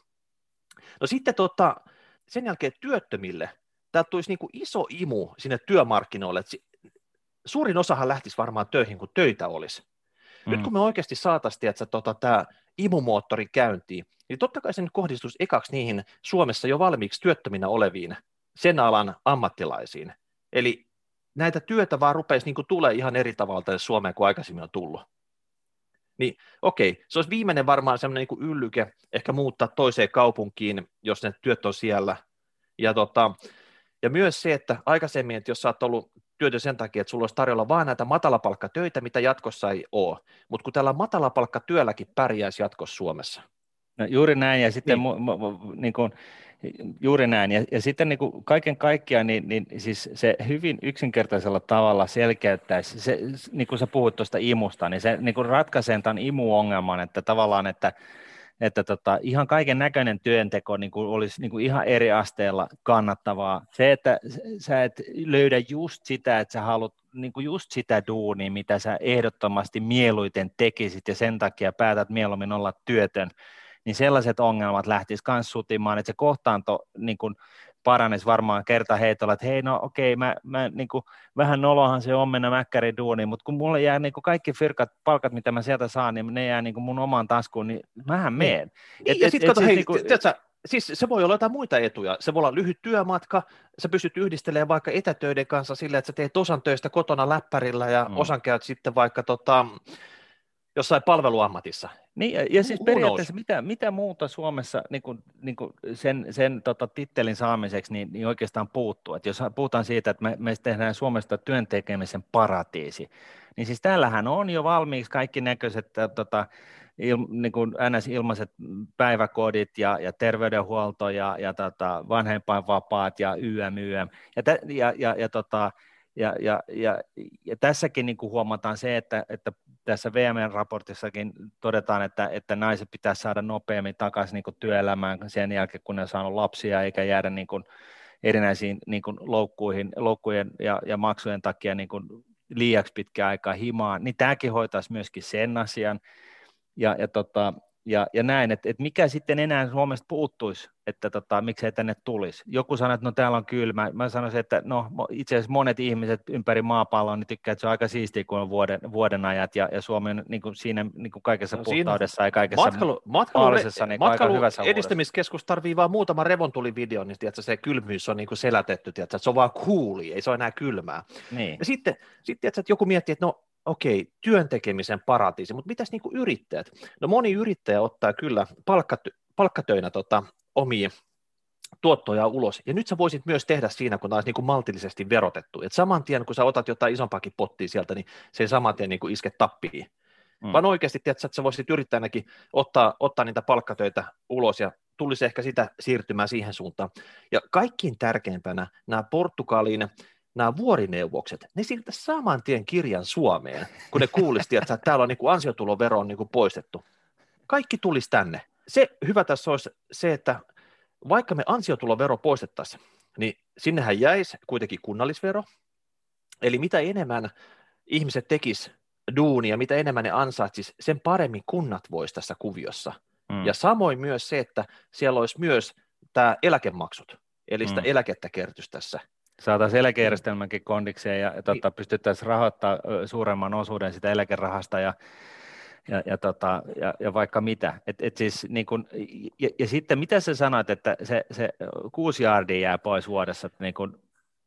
No sitten tota, sen jälkeen työttömille, täältä tulisi niin kuin iso imu sinne työmarkkinoille, että suurin osahan lähtisi varmaan töihin, kun töitä olisi. Mm. Nyt kun me oikeasti saataisiin, että tota, tämä imumoottori käyntiin, niin totta kai se nyt kohdistuisi ekaksi niihin Suomessa jo valmiiksi työttöminä oleviin sen alan ammattilaisiin. Eli näitä työtä vaan rupeisi niin kuin tulee ihan eri tavalla tänne Suomeen kuin aikaisemmin on tullut. Niin okei, se olisi viimeinen varmaan semmoinen niin kuin yllyke ehkä muuttaa toiseen kaupunkiin, jos ne työt on siellä. Ja, tota, ja myös se, että aikaisemmin, että jos sä oot ollut työtön sen takia, että sulla olisi tarjolla vaan näitä matalapalkkatöitä, mitä jatkossa ei ole, mutta kun tällä matalapalkkatyölläkin pärjäisi jatkossa Suomessa. No juuri näin, ja sitten niin. Mu, mu, niin kuin, juuri näin, ja, ja sitten niin kuin kaiken kaikkiaan, niin, niin siis se hyvin yksinkertaisella tavalla selkeyttäisi, se, niin kuin sä puhut tuosta imusta, niin se niin kuin ratkaisee tämän imuongelman, että tavallaan, että että tota, ihan kaiken näköinen työnteko niin kuin olisi niin kuin ihan eri asteella kannattavaa. Se, että sä et löydä just sitä, että sä haluat niin kuin just sitä duunia, mitä sä ehdottomasti mieluiten tekisit ja sen takia päätät mieluummin olla työtön, niin sellaiset ongelmat lähtisivät myös sutimaan, että se kohtaanto niin kuin paranesi varmaan kertaheitolla, että hei, no okei, mä, mä niin kuin, vähän nolohan se on mennä mäkkärin duuniin, mutta kun mulle jää niin kuin kaikki firkat, palkat, mitä mä sieltä saan, niin ne jää niin kuin mun omaan taskuun, niin mähän meen. Niin, et, ja sitten kato, siis hei, niin kuin, tiedätkö, siis se voi olla jotain muita etuja, se voi olla lyhyt työmatka, sä pystyt yhdistelemään vaikka etätöiden kanssa silleen, että sä teet osan töistä kotona läppärillä ja mm. osan käyt sitten vaikka tota, jossain palveluammatissa. Niin, ja, ja siis periaatteessa mitä, mitä muuta Suomessa niin kuin, niin kuin sen, sen tota, tittelin saamiseksi niin, niin oikeastaan puuttuu. Et jos puhutaan siitä, että me, me tehdään Suomesta työntekemisen paratiisi, niin siis täällähän on jo valmiiksi kaikki näköiset tota, il, niin kuin N S-ilmaiset päiväkodit ja, ja terveydenhuolto ja, ja tota, vanhempainvapaat ja Y M Y M. Ja, tä, ja, ja, ja, tota, ja, ja, ja, ja tässäkin niin kuin huomataan se, että, että tässä V M-raportissakin todetaan, että, että naiset pitää saada nopeammin takaisin niin kuin työelämään sen jälkeen, kun ne on saanut lapsia, eikä jäädä niin kuin erinäisiin niin kuin loukkuihin, loukkujen ja, ja maksujen takia niin kuin liiaksi pitkään aikaa himaan. Niin tämäkin hoitaisi myöskin sen asian. Ja, ja, tota, ja, ja näin, että, että mikä sitten enää Suomesta puuttuisi, että tota, miksei tänne tulisi. Joku sanoo, että no täällä on kylmä. Mä sanoisin, että no itse asiassa monet ihmiset ympäri maapalloa niin tykkää, että se on aika siistiä, kun on vuoden, vuoden ajat, ja, ja Suomi on niin kuin siinä niin kuin kaikessa no, puhtaudessa ja kaikessa matkailu, matkailu, mahdollisessa niin matkailu aika hyvässä edistämiskeskus tarvii vaan muutaman revontulivideon, niin tiedätkö, se kylmyys on niin kuin selätetty, tiedätkö, että se on vaan cooli, ei se ole enää kylmää. Niin. Ja sitten, sitten tiedätkö, että joku miettii, että no okei, työntekemisen paratiisi, mutta mitäs niin kuin yrittäjät? No moni yrittäjä ottaa kyllä palkkaty, palkkatöinä tota, omia tuottoja ulos, ja nyt sä voisit myös tehdä siinä, kun taas niin kuin maltillisesti verotettu, että saman tien, kun sä otat jotain isompaakin pottia sieltä, niin se ei saman tien niin kuin iske tappiin, mm. vaan oikeasti, tiedätkö, että sä voisit yrittäjänäkin ottaa, ottaa niitä palkkatöitä ulos, ja tulisi ehkä sitä siirtymään siihen suuntaan. Ja kaikkiin tärkeimpänä nämä Portugaliin, nämä vuorineuvokset, ne siirtää saman tien kirjan Suomeen, kun ne kuulisi, että täällä on niin kuin ansiotulovero on niin kuin poistettu. Kaikki tulisi tänne. Se hyvä tässä olisi se, että vaikka me ansiotulovero poistettaisiin, niin sinnehän jäisi kuitenkin kunnallisvero, eli mitä enemmän ihmiset tekis duunia, mitä enemmän ne ansaitsisi, sen paremmin kunnat voisi tässä kuviossa. Mm. Ja samoin myös se, että siellä olisi myös tämä eläkemaksut, eli sitä mm. eläkettä kertyisi tässä. Saataisiin eläkejärjestelmänkin kondikseen ja, ja tota, pystyttäisiin rahoittamaan suuremman osuuden sitä eläkerahasta ja Ja, ja, tota, ja, ja vaikka mitä. Et, et siis, niin kun, ja, ja sitten mitä sä sanoit, että se, se kuusi jaardia jää pois vuodessa? Niin kun...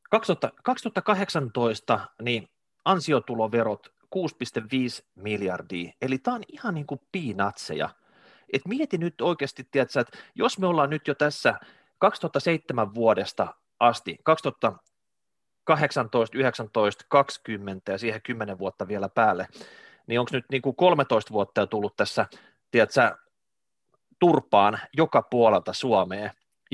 kaksituhattakahdeksantoista niin ansiotuloverot kuusi pilkku viisi miljardia, eli tämä on ihan niin kuin peanutseja. Et mieti nyt oikeasti, tiedätkö, että jos me ollaan nyt jo tässä kaksituhattaseitsemän vuodesta asti, kaksituhattakahdeksantoista, yhdeksäntoista, kaksikymmentä ja siihen kymmenen vuotta vielä päälle, niin onko nyt niin kuin kolmetoista vuotta jo tullut tässä, tiedätkö, turpaan joka puolelta Suomeen, ja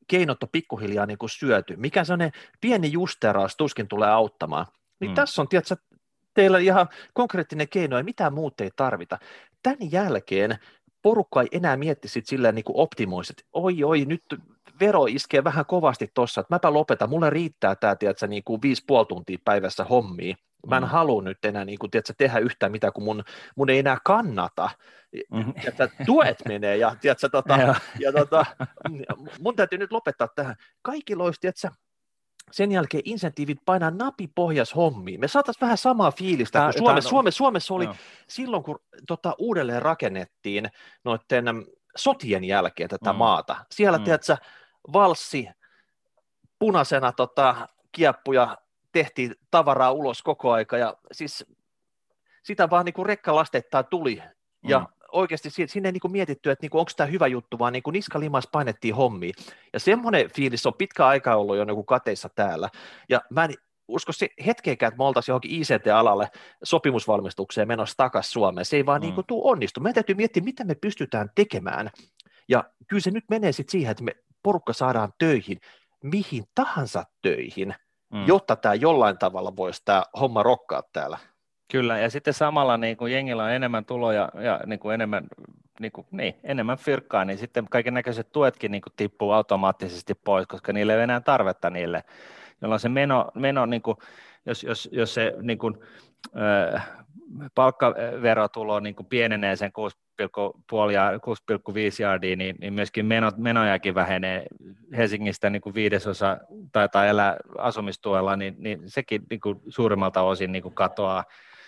keinot on pikkuhiljaa niin kuin syöty, mikä sellainen pieni justeraus tuskin tulee auttamaan, niin Mm. tässä on, tiedätkö, teillä ihan konkreettinen keino ja mitään muuta ei tarvita. Tämän jälkeen porukka ei enää mietti sit silleen niin kuin optimoisi, että oi oi, nyt vero iskee vähän kovasti tossa, että mäpä lopetan, mulle riittää tämä, tiedätkö, niin kuin viisi puoli tuntia päivässä hommia. Mä en Mm. halua nyt enää niin kuin, tiedätkö, tehdä yhtään mitään, kun mun, mun ei enää kannata. Mm. Tiedätkö, tuet menee ja, tiedätkö, tota, Joo. ja tota, mun täytyy nyt lopettaa tähän. Kaikilla olisi, tiedätkö, sen jälkeen insentiivit painaa napi pohjas hommiin. Me saataisiin vähän samaa fiilistä, kun Tää- Suomessa, tää on- Suomessa, Suomessa oli Joo. silloin, kun tota, uudelleen rakennettiin noiden äm, sotien jälkeen tätä Mm. maata. Siellä, Mm. tiedätkö, valssi punaisena tota, kieppuja, tehtiin tavaraa ulos koko aika, ja siis sitä vaan niin kuin rekkalasteittain tuli, ja Mm. oikeasti si- sinne ei niin kuin mietitty, että niin kuin, onko tämä hyvä juttu, vaan niin kuin niska limas painettiin hommiin, ja semmoinen fiilis on pitkä aika ollut jo niin kuin kateissa täällä, ja mä en usko se hetkeäkään, että me oltaisiin johonkin I C T-alalle sopimusvalmistukseen menossa takaisin Suomeen, se ei vaan Mm. niin kuin tule onnistu, meidän täytyy miettiä, mitä me pystytään tekemään, ja kyllä se nyt menee sitten siihen, että me porukka saadaan töihin, mihin tahansa töihin, Mm. jotta tämä jollain tavalla voisi tämä homma rokkaa täällä. Kyllä, ja sitten samalla niin kuin jengillä on enemmän tuloja ja niin kuin enemmän, niin kuin, niin, enemmän fyrkkaa, niin sitten kaiken näköiset tuetkin niin kuin tippuu automaattisesti pois, koska niille ei ole enää tarvetta niille, jolloin se meno, meno niin kuin, jos, jos, jos se niin kuin, äh, palkkaverotulo niin kuin pienenee sen kuusi pilkku viisi jardia, niin, niin myöskin menot, menojakin vähenee. Helsingistä niin kuin viidesosa taitaa elää asumistuella, niin, niin sekin niin kuin suurimmalta osin niin kuin katoaa.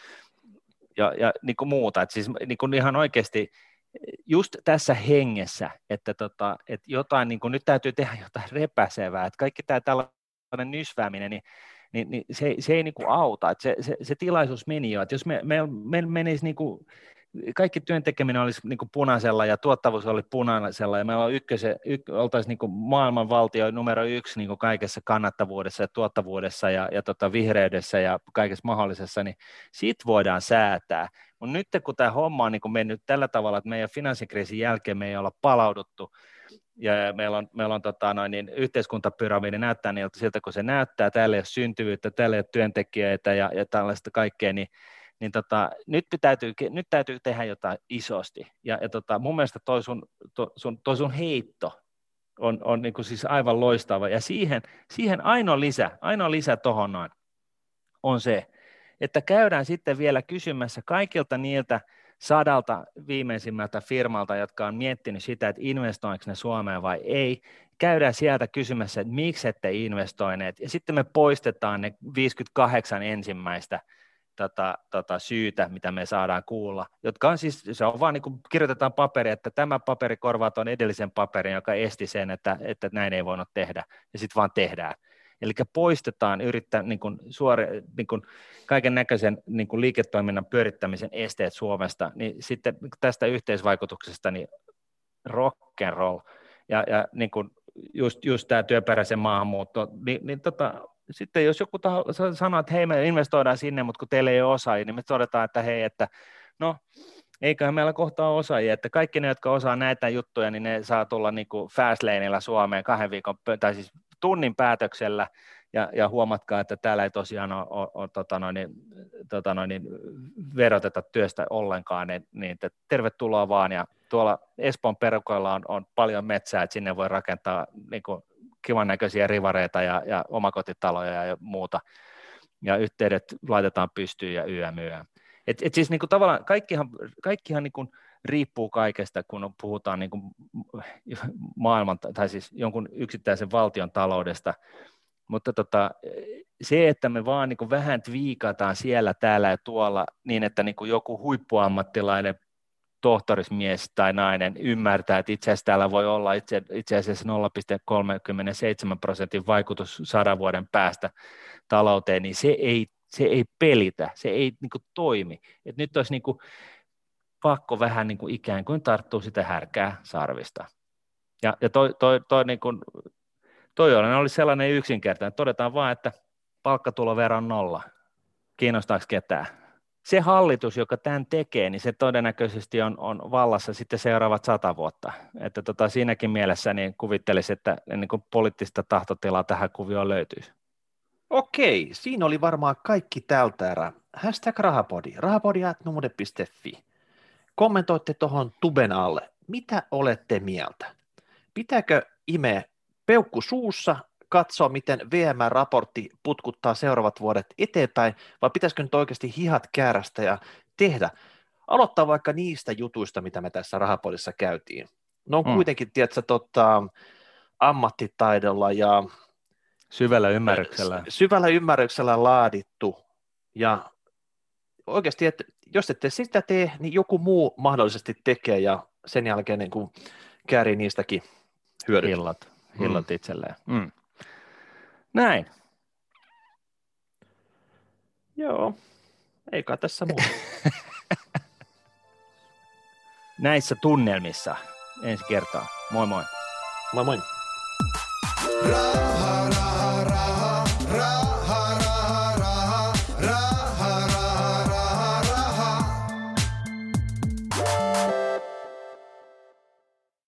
Ja, ja niin kuin muuta, että siis niin kuin ihan oikeasti just tässä hengessä, että, tota, että jotain, niin kuin nyt täytyy tehdä jotain repäsevää, että kaikki tämä tällainen nysvääminen, niin, niin, niin se, se ei niin kuin auta, että se, se, se tilaisuus meni jo, että jos me, me, me menisi niin kuin, kaikki työn tekeminen olisi niin kuin punaisella ja tuottavuus oli punaisella ja meillä ykköse, yk, oltaisiin niin kuin maailman valtio numero yksi niin kuin kaikessa kannattavuudessa ja tuottavuudessa ja, ja tota vihreydessä ja kaikessa mahdollisessa, niin siitä voidaan säätää. Mutta nyt kun tämä homma on niin kuin mennyt tällä tavalla, että meidän finanssikriisin jälkeen me ei olla palauduttu ja meillä on, meillä on tota noin, niin yhteiskuntapyramidi näyttää niiltä siltä, kun se näyttää, täällä ei ole syntyvyyttä, täällä ei ole työntekijöitä ja, ja tällaista kaikkea, niin niin tota, nyt, täytyy, nyt täytyy tehdä jotain isosti. Ja, ja tota, mun mielestä toi sun, to, sun, toi sun heitto on, on niin kuin siis aivan loistava. Ja siihen, siihen ainoa lisä, ainoa lisä tohon noin on se, että käydään sitten vielä kysymässä kaikilta niiltä sadalta viimeisimmältä firmalta, jotka on miettinyt sitä, että investoinko ne Suomeen vai ei, käydään sieltä kysymässä, että miksi ette investoineet, ja sitten me poistetaan ne viisikymmentäkahdeksan ensimmäistä Tota, tota, syytä, mitä me saadaan kuulla, jotka on siis, se on vaan niin kuin kirjoitetaan paperi, että tämä paperi korvaa tuon edellisen paperin, joka esti sen, että, että näin ei voinut tehdä, ja sitten vaan tehdään. Eli poistetaan yrittää niin kuin suori, niin kuin kaiken näköisen niin kuin liiketoiminnan pyörittämisen esteet Suomesta, niin sitten tästä yhteisvaikutuksesta niin rock and roll, ja, ja niin kuin just, just tämä työperäisen maahanmuutto, niin, niin tota, sitten jos joku taho sanoo, että hei, me investoidaan sinne, mutta kun teillä ei ole osaajia, niin me todetaan, että hei, että no, eiköhän meillä kohta ole osaajia, että kaikki ne, jotka osaa näitä juttuja, niin ne saa tulla niin kuin fast laneilla Suomeen kahden viikon, tai siis tunnin päätöksellä, ja, ja huomatkaa, että täällä ei tosiaan ole, ole, ole tota noin, tota noin, veroteta työstä ollenkaan, niin, niin tervetuloa vaan, ja tuolla Espoon perukoilla on, on paljon metsää, että sinne voi rakentaa niin kuin kivan näköisiä rivareita ja, ja omakotitaloja ja muuta, ja yhteydet laitetaan pystyyn ja yömyö. Et, et siis niinku tavallaan kaikkihan, kaikkihan niinku riippuu kaikesta, kun puhutaan niinku maailman, tai siis jonkun yksittäisen valtion taloudesta, mutta tota, se, että me vaan niinku vähän tviikataan siellä, täällä ja tuolla, niin että niinku joku huippuammattilainen tohtorismies tai nainen ymmärtää, että itse asiassa täällä voi olla itse, itse asiassa nolla pilkku kolmekymmentäseitsemän prosentin vaikutus sadan vuoden päästä talouteen, niin se ei, se ei pelitä, se ei niin kuin toimi. Et nyt olisi niin kuin pakko vähän niin kuin ikään kuin tarttua sitä härkää sarvista. Ja, ja toi, toi, toi, niin kuin, toi olisi sellainen yksinkertainen, todetaan vaan, että palkkatulovero on nolla, kiinnostaako ketään? se hallitus, joka tämän tekee, niin se todennäköisesti on, on vallassa sitten seuraavat sata vuotta. Että tota, siinäkin mielessä niin kuvittelisin, että niin kuin poliittista tahtotilaa tähän kuvioon löytyisi. Okei, siinä oli varmaan kaikki tältä erää. Hashtag rahapodi, rahapodi at numude piste fi. Kommentoitte tuohon tuben alle. Mitä olette mieltä? Pitääkö imeä peukku suussa, katsoa, miten V M-raportti putkuttaa seuraavat vuodet eteenpäin, vai pitäisikö nyt oikeasti hihat käärästä ja tehdä? Aloittaa vaikka niistä jutuista, mitä me tässä rahapodissa käytiin. Ne on mm. kuitenkin, tiedätkö, tota, ammattitaidolla ja syvällä ymmärryksellä. syvällä ymmärryksellä laadittu, ja oikeasti, että jos ette sitä tee, niin joku muu mahdollisesti tekee, ja sen jälkeen niin kuin käärii niistäkin hyödyt. Hillat, hillat mm. itselleen. Mm. Näin. Joo, ei kai tässä muuta. Näissä tunnelmissa ensi kertaa. Moi moi. Moi moi. Raha.